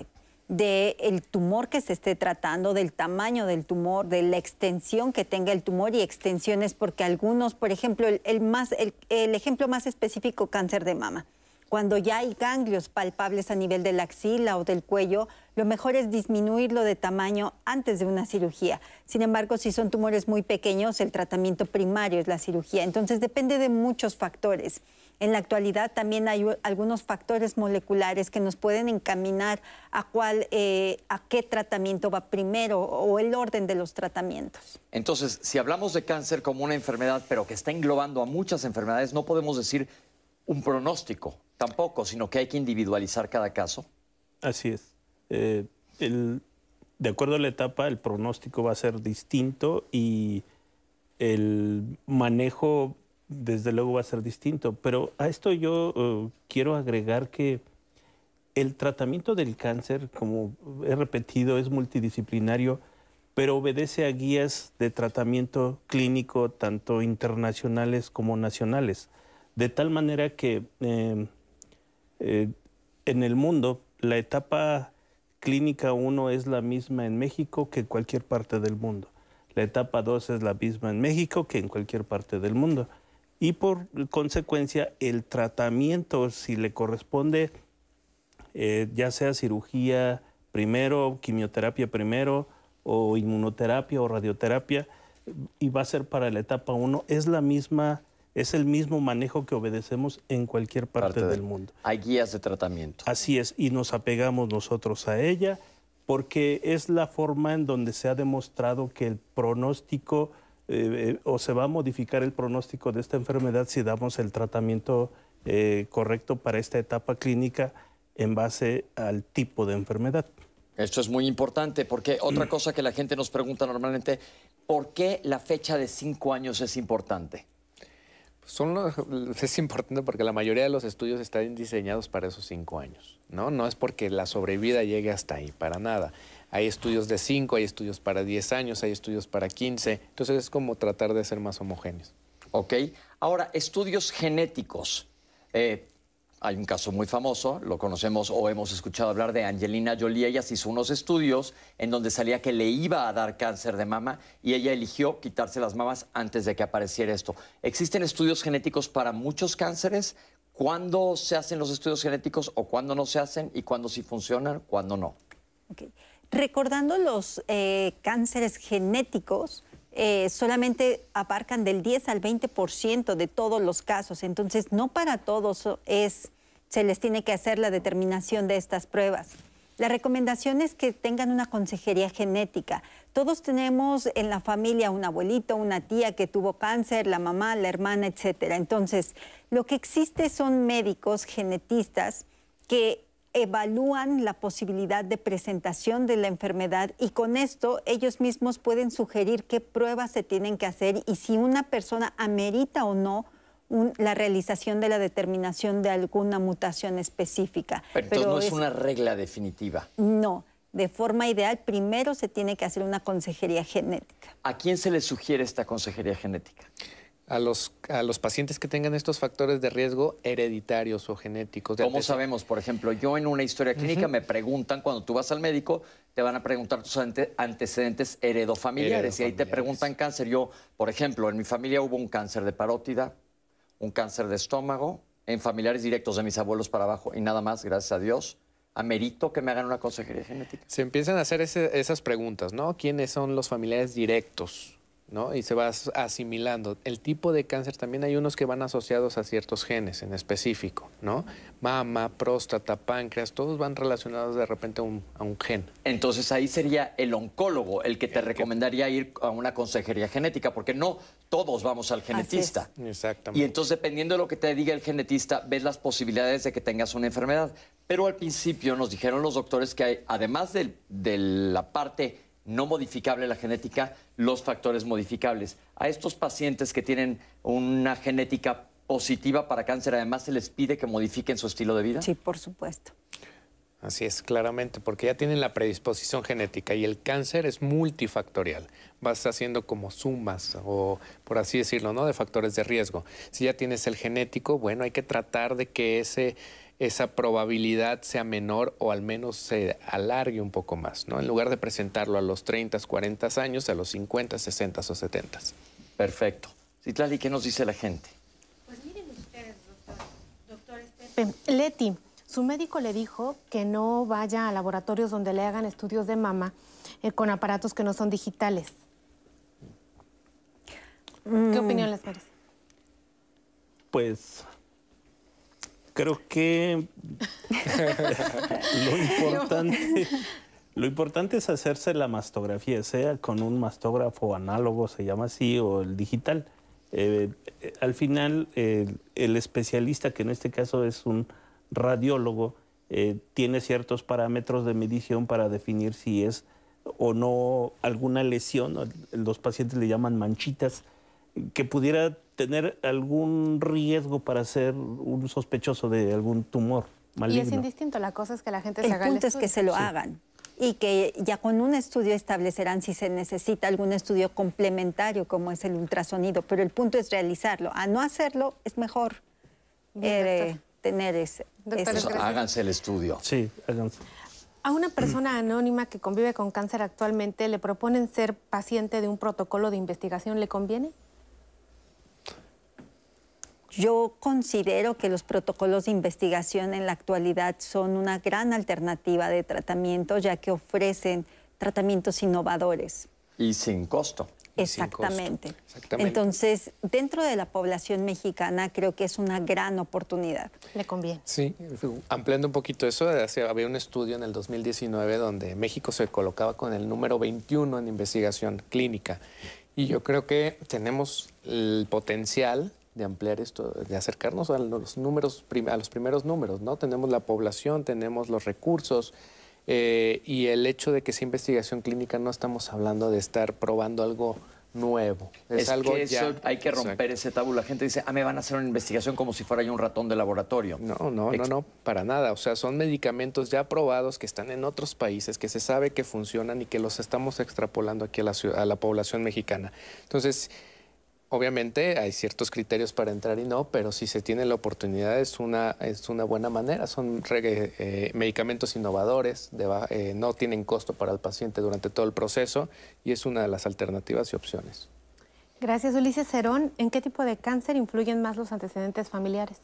del tumor que se esté tratando, del tamaño del tumor, de la extensión que tenga el tumor, y extensiones porque algunos, por ejemplo, el ejemplo más específico, cáncer de mama. Cuando ya hay ganglios palpables a nivel de la axila o del cuello, lo mejor es disminuirlo de tamaño antes de una cirugía. Sin embargo, si son tumores muy pequeños, el tratamiento primario es la cirugía. Entonces, depende de muchos factores. En la actualidad también hay algunos factores moleculares que nos pueden encaminar a qué tratamiento va primero o el orden de los tratamientos. Entonces, si hablamos de cáncer como una enfermedad, pero que está englobando a muchas enfermedades, no podemos decir un pronóstico tampoco, sino que hay que individualizar cada caso. Así es. De acuerdo a la etapa, el pronóstico va a ser distinto y el manejo, desde luego, va a ser distinto. Pero a esto yo quiero agregar que el tratamiento del cáncer, como he repetido, es multidisciplinario, pero obedece a guías de tratamiento clínico, tanto internacionales como nacionales. De tal manera que en el mundo la etapa clínica 1 es la misma en México que en cualquier parte del mundo. La etapa 2 es la misma en México que en cualquier parte del mundo. Y por consecuencia, el tratamiento, si le corresponde, ya sea cirugía primero, quimioterapia primero, o inmunoterapia o radioterapia, y va a ser para la etapa 1, es el mismo manejo que obedecemos en cualquier parte del mundo. Hay guías de tratamiento. Así es, y nos apegamos nosotros a ella porque es la forma en donde se ha demostrado que el pronóstico o se va a modificar el pronóstico de esta enfermedad si damos el tratamiento correcto para esta etapa clínica en base al tipo de enfermedad. Esto es muy importante porque otra cosa que la gente nos pregunta normalmente, ¿por qué la fecha de 5 años es importante? Es importante porque la mayoría de los estudios están diseñados para esos 5 años, ¿no? No es porque la sobrevida llegue hasta ahí, para nada. Hay estudios de 5, hay estudios para 10 años, hay estudios para 15. Entonces es como tratar de ser más homogéneos. Ok. Ahora, estudios genéticos. Hay un caso muy famoso, lo conocemos o hemos escuchado hablar de Angelina Jolie. Ella se hizo unos estudios en donde salía que le iba a dar cáncer de mama y ella eligió quitarse las mamas antes de que apareciera esto. ¿Existen estudios genéticos para muchos cánceres? ¿Cuándo se hacen los estudios genéticos o cuándo no se hacen? ¿Y cuándo sí funcionan, cuándo no? Okay. Recordando los cánceres genéticos, solamente abarcan del 10 al 20% de todos los casos. Entonces, no para todos se les tiene que hacer la determinación de estas pruebas. La recomendación es que tengan una consejería genética. Todos tenemos en la familia un abuelito, una tía que tuvo cáncer, la mamá, la hermana, etcétera. Entonces, lo que existe son médicos genetistas que evalúan la posibilidad de presentación de la enfermedad y con esto ellos mismos pueden sugerir qué pruebas se tienen que hacer y si una persona amerita o no la realización de la determinación de alguna mutación específica. Pero entonces no es una regla definitiva. No, de forma ideal primero se tiene que hacer una consejería genética. ¿A quién se le sugiere esta consejería genética? A los pacientes que tengan estos factores de riesgo hereditarios o genéticos. ¿Cómo sabemos? Por ejemplo, yo en una historia clínica me preguntan, cuando tú vas al médico, te van a preguntar tus antecedentes heredofamiliares. Y ahí te preguntan cáncer. Yo, por ejemplo, en mi familia hubo un cáncer de parótida, un cáncer de estómago, en familiares directos de mis abuelos para abajo y nada más, gracias a Dios. ¿Amerito que me hagan una consejería genética? Se empiezan a hacer esas preguntas, ¿no? ¿Quiénes son los familiares directos? ¿No? Y se va asimilando. El tipo de cáncer también hay unos que van asociados a ciertos genes en específico, ¿no? Mama, próstata, páncreas, todos van relacionados de repente a un gen. Entonces ahí sería el oncólogo el que te recomendaría ir a una consejería genética, porque no todos vamos al genetista. Exactamente. Y entonces dependiendo de lo que te diga el genetista, ves las posibilidades de que tengas una enfermedad. Pero al principio nos dijeron los doctores que hay, además de la parte no modificable la genética, los factores modificables. A estos pacientes que tienen una genética positiva para cáncer, además se les pide que modifiquen su estilo de vida. Sí, por supuesto. Así es, claramente, porque ya tienen la predisposición genética y el cáncer es multifactorial. Vas haciendo como sumas o, por así decirlo, ¿no?, de factores de riesgo. Si ya tienes el genético, bueno, hay que tratar de que esa probabilidad sea menor o al menos se alargue un poco más, ¿no? En lugar de presentarlo a los 30, 40 años, a los 50, 60 o 70. Perfecto. Citlali, ¿qué nos dice la gente? Pues miren ustedes, doctor Leti, su médico le dijo que no vaya a laboratorios donde le hagan estudios de mama con aparatos que no son digitales. ¿Qué opinión les merece? Pues creo que lo importante es hacerse la mastografía, sea con un mastógrafo análogo, se llama así, o el digital. Al final, el especialista, que en este caso es un radiólogo, tiene ciertos parámetros de medición para definir si es o no alguna lesión. Los pacientes le llaman manchitas, que pudiera tener algún riesgo para ser un sospechoso de algún tumor maligno. Y es indistinto, la cosa es que la gente se haga el estudio. El punto es que se lo hagan y que ya con un estudio establecerán si se necesita algún estudio complementario como es el ultrasonido, pero el punto es realizarlo. A no hacerlo es mejor tener ese. Háganse el estudio. Sí, háganse. A una persona anónima que convive con cáncer actualmente, ¿le proponen ser paciente de un protocolo de investigación? ¿Le conviene? Yo considero que los protocolos de investigación en la actualidad son una gran alternativa de tratamiento, ya que ofrecen tratamientos innovadores. Y sin costo. Exactamente. Sin costo. Exactamente. Entonces, dentro de la población mexicana, creo que es una gran oportunidad. Le conviene. Sí, ampliando un poquito eso, había un estudio en el 2019 donde México se colocaba con el número 21 en investigación clínica. Y yo creo que tenemos el potencial de ampliar esto, de acercarnos a los números, a los primeros números, ¿no? Tenemos la población, tenemos los recursos y el hecho de que sea investigación clínica no estamos hablando de estar probando algo nuevo. Es algo que ya, eso hay que romper ese tabú. La gente dice, me van a hacer una investigación como si fuera yo un ratón de laboratorio. No, para nada. O sea, son medicamentos ya probados que están en otros países, que se sabe que funcionan y que los estamos extrapolando aquí a la población mexicana. Entonces, obviamente hay ciertos criterios para entrar y no, pero si se tiene la oportunidad es una buena manera. Son medicamentos innovadores, no tienen costo para el paciente durante todo el proceso y es una de las alternativas y opciones. Gracias, Ulises Cerón. ¿En qué tipo de cáncer influyen más los antecedentes familiares?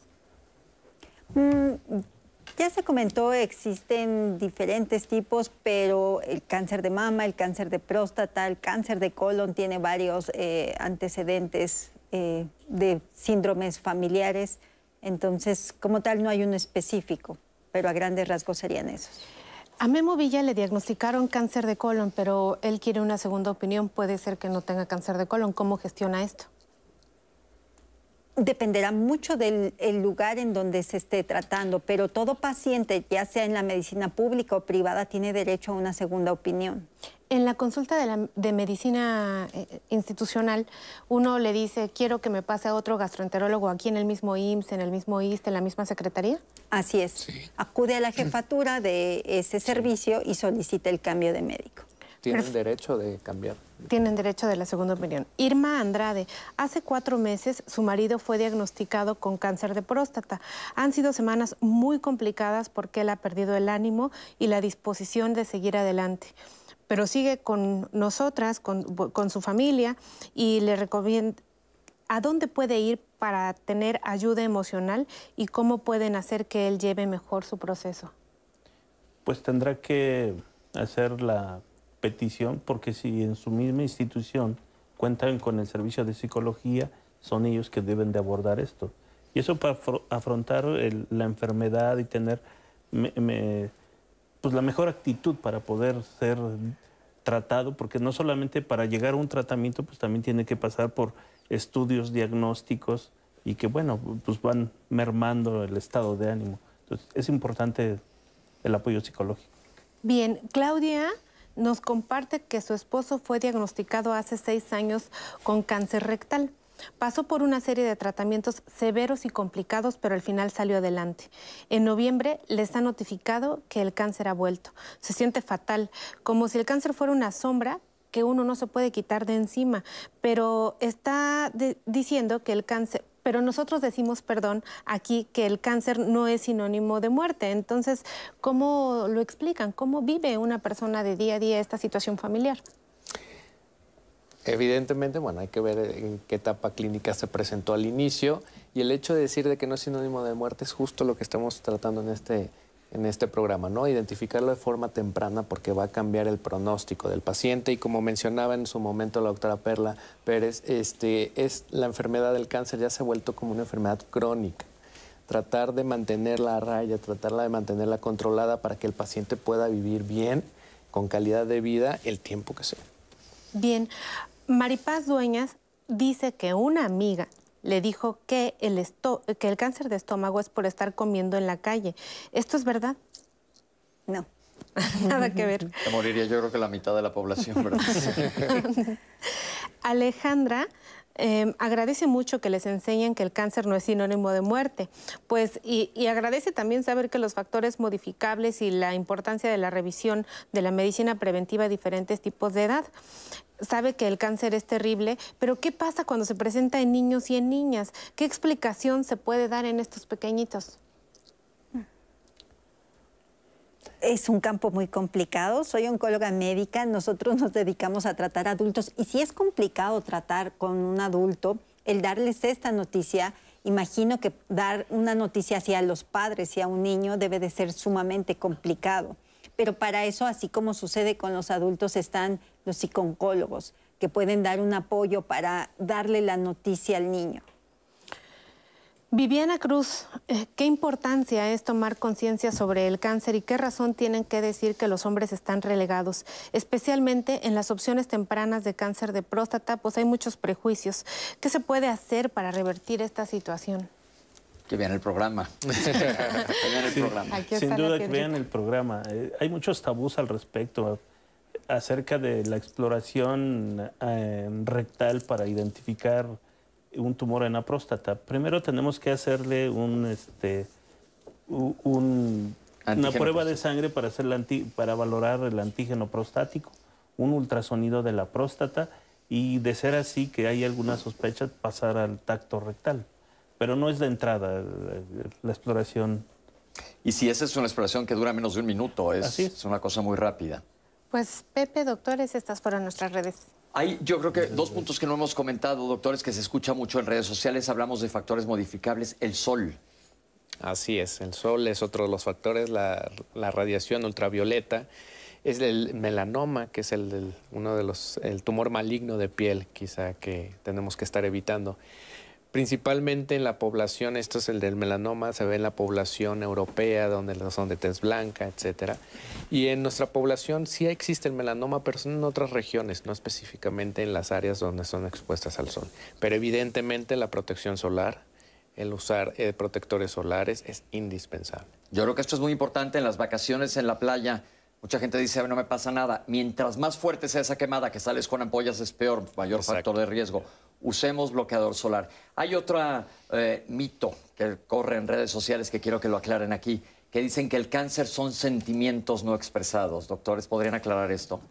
Ya se comentó, existen diferentes tipos, pero el cáncer de mama, el cáncer de próstata, el cáncer de colon tiene varios antecedentes de síndromes familiares. Entonces, como tal, no hay uno específico, pero a grandes rasgos serían esos. A Memo Villa le diagnosticaron cáncer de colon, pero él quiere una segunda opinión. Puede ser que no tenga cáncer de colon. ¿Cómo gestiona esto? Dependerá mucho del lugar en donde se esté tratando, pero todo paciente, ya sea en la medicina pública o privada, tiene derecho a una segunda opinión. En la consulta de medicina institucional, uno le dice, quiero que me pase a otro gastroenterólogo aquí en el mismo IMSS, en el mismo ISSSTE, en la misma secretaría. Así es. Sí. Acude a la jefatura de ese servicio y solicita el cambio de médico. Tienen derecho de cambiar. Tienen derecho de la segunda opinión. Irma Andrade, hace 4 meses su marido fue diagnosticado con cáncer de próstata. Han sido semanas muy complicadas porque él ha perdido el ánimo y la disposición de seguir adelante. Pero sigue con nosotras, con su familia, y le recomiendo a dónde puede ir para tener ayuda emocional y cómo pueden hacer que él lleve mejor su proceso. Pues tendrá que hacer la petición, porque si en su misma institución cuentan con el servicio de psicología, son ellos que deben de abordar esto. Y eso para afrontar la enfermedad y tener pues la mejor actitud para poder ser tratado, porque no solamente para llegar a un tratamiento, pues también tiene que pasar por estudios diagnósticos y que, bueno, pues van mermando el estado de ánimo. Entonces, es importante el apoyo psicológico. Bien, Claudia nos comparte que su esposo fue diagnosticado hace 6 años con cáncer rectal. Pasó por una serie de tratamientos severos y complicados, pero al final salió adelante. En noviembre les ha notificado que el cáncer ha vuelto. Se siente fatal, como si el cáncer fuera una sombra que uno no se puede quitar de encima, pero está diciendo que el cáncer, pero nosotros decimos, perdón, aquí que el cáncer no es sinónimo de muerte. Entonces, ¿cómo lo explican? ¿Cómo vive una persona de día a día esta situación familiar? Evidentemente, bueno, hay que ver en qué etapa clínica se presentó al inicio, y el hecho de decir de que no es sinónimo de muerte es justo lo que estamos tratando en este programa, ¿no? Identificarlo de forma temprana, porque va a cambiar el pronóstico del paciente, y como mencionaba en su momento la doctora Perla Pérez, la enfermedad del cáncer ya se ha vuelto como una enfermedad crónica. Tratar de mantenerla a raya, tratarla de mantenerla controlada para que el paciente pueda vivir bien, con calidad de vida, el tiempo que sea. Bien, Maripaz Dueñas dice que una amiga le dijo que el cáncer de estómago es por estar comiendo en la calle. ¿Esto es verdad? No. Nada que ver. Se moriría yo creo que la mitad de la población, ¿verdad? Alejandra agradece mucho que les enseñen que el cáncer no es sinónimo de muerte, pues, y agradece también saber que los factores modificables y la importancia de la revisión de la medicina preventiva a diferentes tipos de edad. Sabe que el cáncer es terrible, pero ¿qué pasa cuando se presenta en niños y en niñas? ¿Qué explicación se puede dar en estos pequeñitos? Es un campo muy complicado. Soy oncóloga médica. Nosotros nos dedicamos a tratar adultos. Y si es complicado tratar con un adulto, el darles esta noticia, imagino que dar una noticia hacia los padres y a un niño debe de ser sumamente complicado. Pero para eso, así como sucede con los adultos, están los psicooncólogos, que pueden dar un apoyo para darle la noticia al niño. Viviana Cruz, ¿qué importancia es tomar conciencia sobre el cáncer y qué razón tienen que decir que los hombres están relegados? Especialmente en las opciones tempranas de cáncer de próstata, pues hay muchos prejuicios. ¿Qué se puede hacer para revertir esta situación? Que vean el programa. Que vean el programa. Sin duda que vean el programa. Hay muchos tabús al respecto acerca de la exploración rectal para identificar un tumor en la próstata. Primero tenemos que hacerle una prueba de sangre para valorar el antígeno prostático, un ultrasonido de la próstata, y de ser así que hay alguna sospecha, pasar al tacto rectal. Pero no es de entrada la exploración. Y si esa es una exploración que dura menos de un minuto, es una cosa muy rápida. Pues Pepe, doctores, estas fueron nuestras redes. Hay, yo creo que dos puntos que no hemos comentado, doctores, que se escucha mucho en redes sociales. Hablamos de factores modificables. El sol. Así es, el sol es otro de los factores, la radiación ultravioleta. Es el melanoma, que es el tumor maligno de piel, quizá, que tenemos que estar evitando. Principalmente en la población, esto es el del melanoma, se ve en la población europea, donde son de tez blanca, etcétera. Y en nuestra población sí existe el melanoma, pero son en otras regiones, no específicamente en las áreas donde son expuestas al sol. Pero evidentemente la protección solar, el usar protectores solares es indispensable. Yo creo que esto es muy importante en las vacaciones en la playa. Mucha gente dice, no me pasa nada. Mientras más fuerte sea esa quemada, que sales con ampollas, es peor, mayor factor de riesgo. Usemos bloqueador solar. Hay otro mito que corre en redes sociales que quiero que lo aclaren aquí, que dicen que el cáncer son sentimientos no expresados. Doctores, ¿podrían aclarar esto?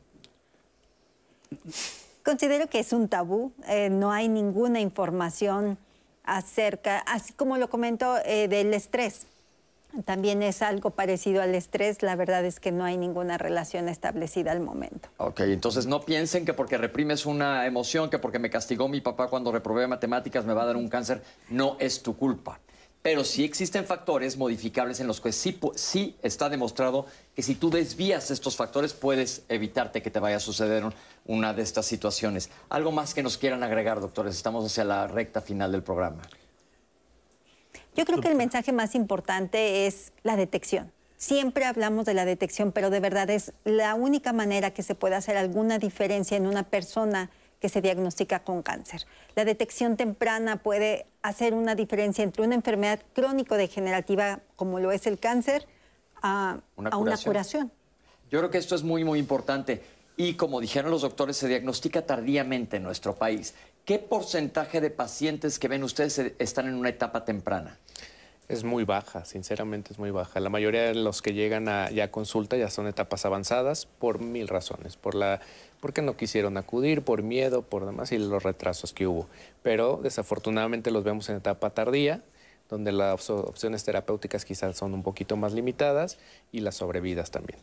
Considero que es un tabú. No hay ninguna información acerca, así como lo comentó, del estrés. También es algo parecido al estrés. La verdad es que no hay ninguna relación establecida al momento. Ok, entonces no piensen que porque reprimes una emoción, que porque me castigó mi papá cuando reprobé matemáticas me va a dar un cáncer. No es tu culpa. Pero sí existen factores modificables en los que sí está demostrado que si tú desvías estos factores puedes evitarte que te vaya a suceder una de estas situaciones. ¿Algo más que nos quieran agregar, doctores? Estamos hacia la recta final del programa. Yo creo que el mensaje más importante es la detección. Siempre hablamos de la detección, pero de verdad es la única manera que se puede hacer alguna diferencia en una persona que se diagnostica con cáncer. La detección temprana puede hacer una diferencia entre una enfermedad crónico-degenerativa, como lo es el cáncer, a una curación. Yo creo que esto es muy, muy importante. Y como dijeron los doctores, se diagnostica tardíamente en nuestro país. ¿Qué porcentaje de pacientes que ven ustedes están en una etapa temprana? Es muy baja, sinceramente es muy baja. La mayoría de los que llegan ya a consulta ya son etapas avanzadas por 1000 razones, porque no quisieron acudir, por miedo, por demás y los retrasos que hubo. Pero desafortunadamente los vemos en etapa tardía, donde las opciones terapéuticas quizás son un poquito más limitadas y las sobrevidas también.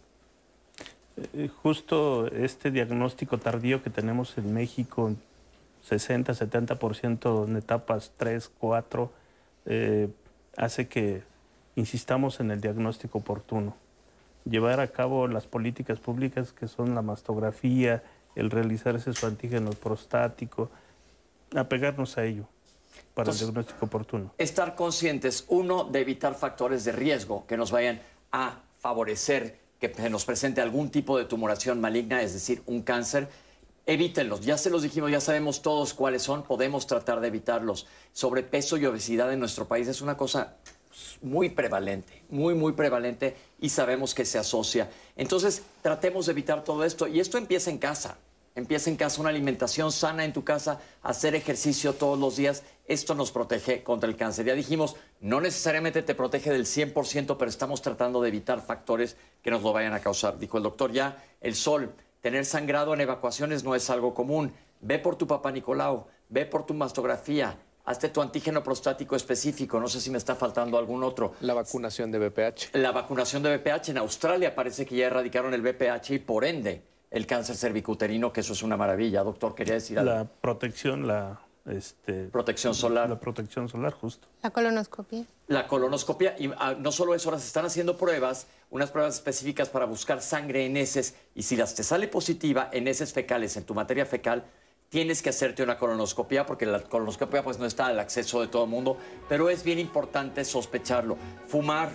Justo este diagnóstico tardío que tenemos en México, 60-70% en etapas 3, 4, hace que insistamos en el diagnóstico oportuno. Llevar a cabo las políticas públicas que son la mastografía, el realizarse su antígeno prostático, apegarnos a ello para el diagnóstico oportuno. Estar conscientes, uno, de evitar factores de riesgo que nos vayan a favorecer que se nos presente algún tipo de tumoración maligna, es decir, un cáncer. Evítenlos, ya se los dijimos, ya sabemos todos cuáles son, podemos tratar de evitarlos. Sobrepeso y obesidad en nuestro país es una cosa muy prevalente, muy prevalente, y sabemos que se asocia. Entonces, tratemos de evitar todo esto, y esto empieza en casa. Empieza en casa, una alimentación sana en tu casa, hacer ejercicio todos los días. Esto nos protege contra el cáncer. Ya dijimos, no necesariamente te protege del 100%, pero estamos tratando de evitar factores que nos lo vayan a causar. Dijo el doctor ya, el sol. Tener sangrado en evacuaciones no es algo común. Ve por tu papá Nicolau, ve por tu mastografía, hazte tu antígeno prostático específico. No sé si me está faltando algún otro. La vacunación de VPH. La vacunación de VPH. En Australia parece que ya erradicaron el VPH y por ende el cáncer cervicuterino, que eso es una maravilla. Doctor, quería decir algo. La protección, protección solar. La protección solar, justo. La colonoscopia. La colonoscopia, y no solo eso, ahora se están haciendo pruebas, unas pruebas específicas para buscar sangre en heces, y si te sale positiva en heces fecales, en tu materia fecal, tienes que hacerte una colonoscopia, porque la colonoscopia pues no está al acceso de todo el mundo, pero es bien importante sospecharlo. Fumar,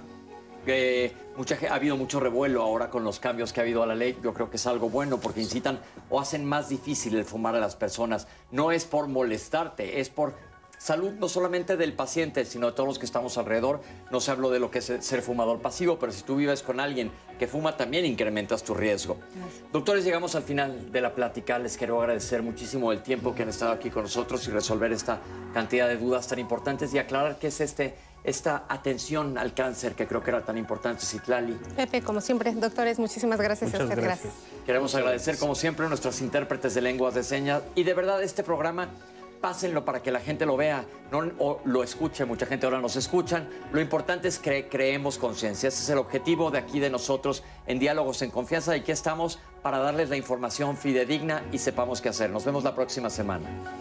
ha habido mucho revuelo ahora con los cambios que ha habido a la ley. Yo creo que es algo bueno porque incitan o hacen más difícil el fumar a las personas. No es por molestarte, es por salud no solamente del paciente, sino de todos los que estamos alrededor. No se habló de lo que es ser fumador pasivo, pero si tú vives con alguien que fuma, también incrementas tu riesgo. Doctores, llegamos al final de la plática. Les quiero agradecer muchísimo el tiempo que han estado aquí con nosotros y resolver esta cantidad de dudas tan importantes y aclarar qué es esta atención al cáncer que creo que era tan importante. Citlali. Pepe, como siempre, doctores, muchísimas gracias. Muchas gracias. Queremos agradecer, como siempre, a nuestros intérpretes de lenguas de señas. Y de verdad, este programa, pásenlo para que la gente lo vea, o lo escuche. Mucha gente ahora nos escuchan. Lo importante es que creemos conciencia. Ese es el objetivo de aquí de nosotros en Diálogos en Confianza. Y aquí estamos para darles la información fidedigna y sepamos qué hacer. Nos vemos la próxima semana.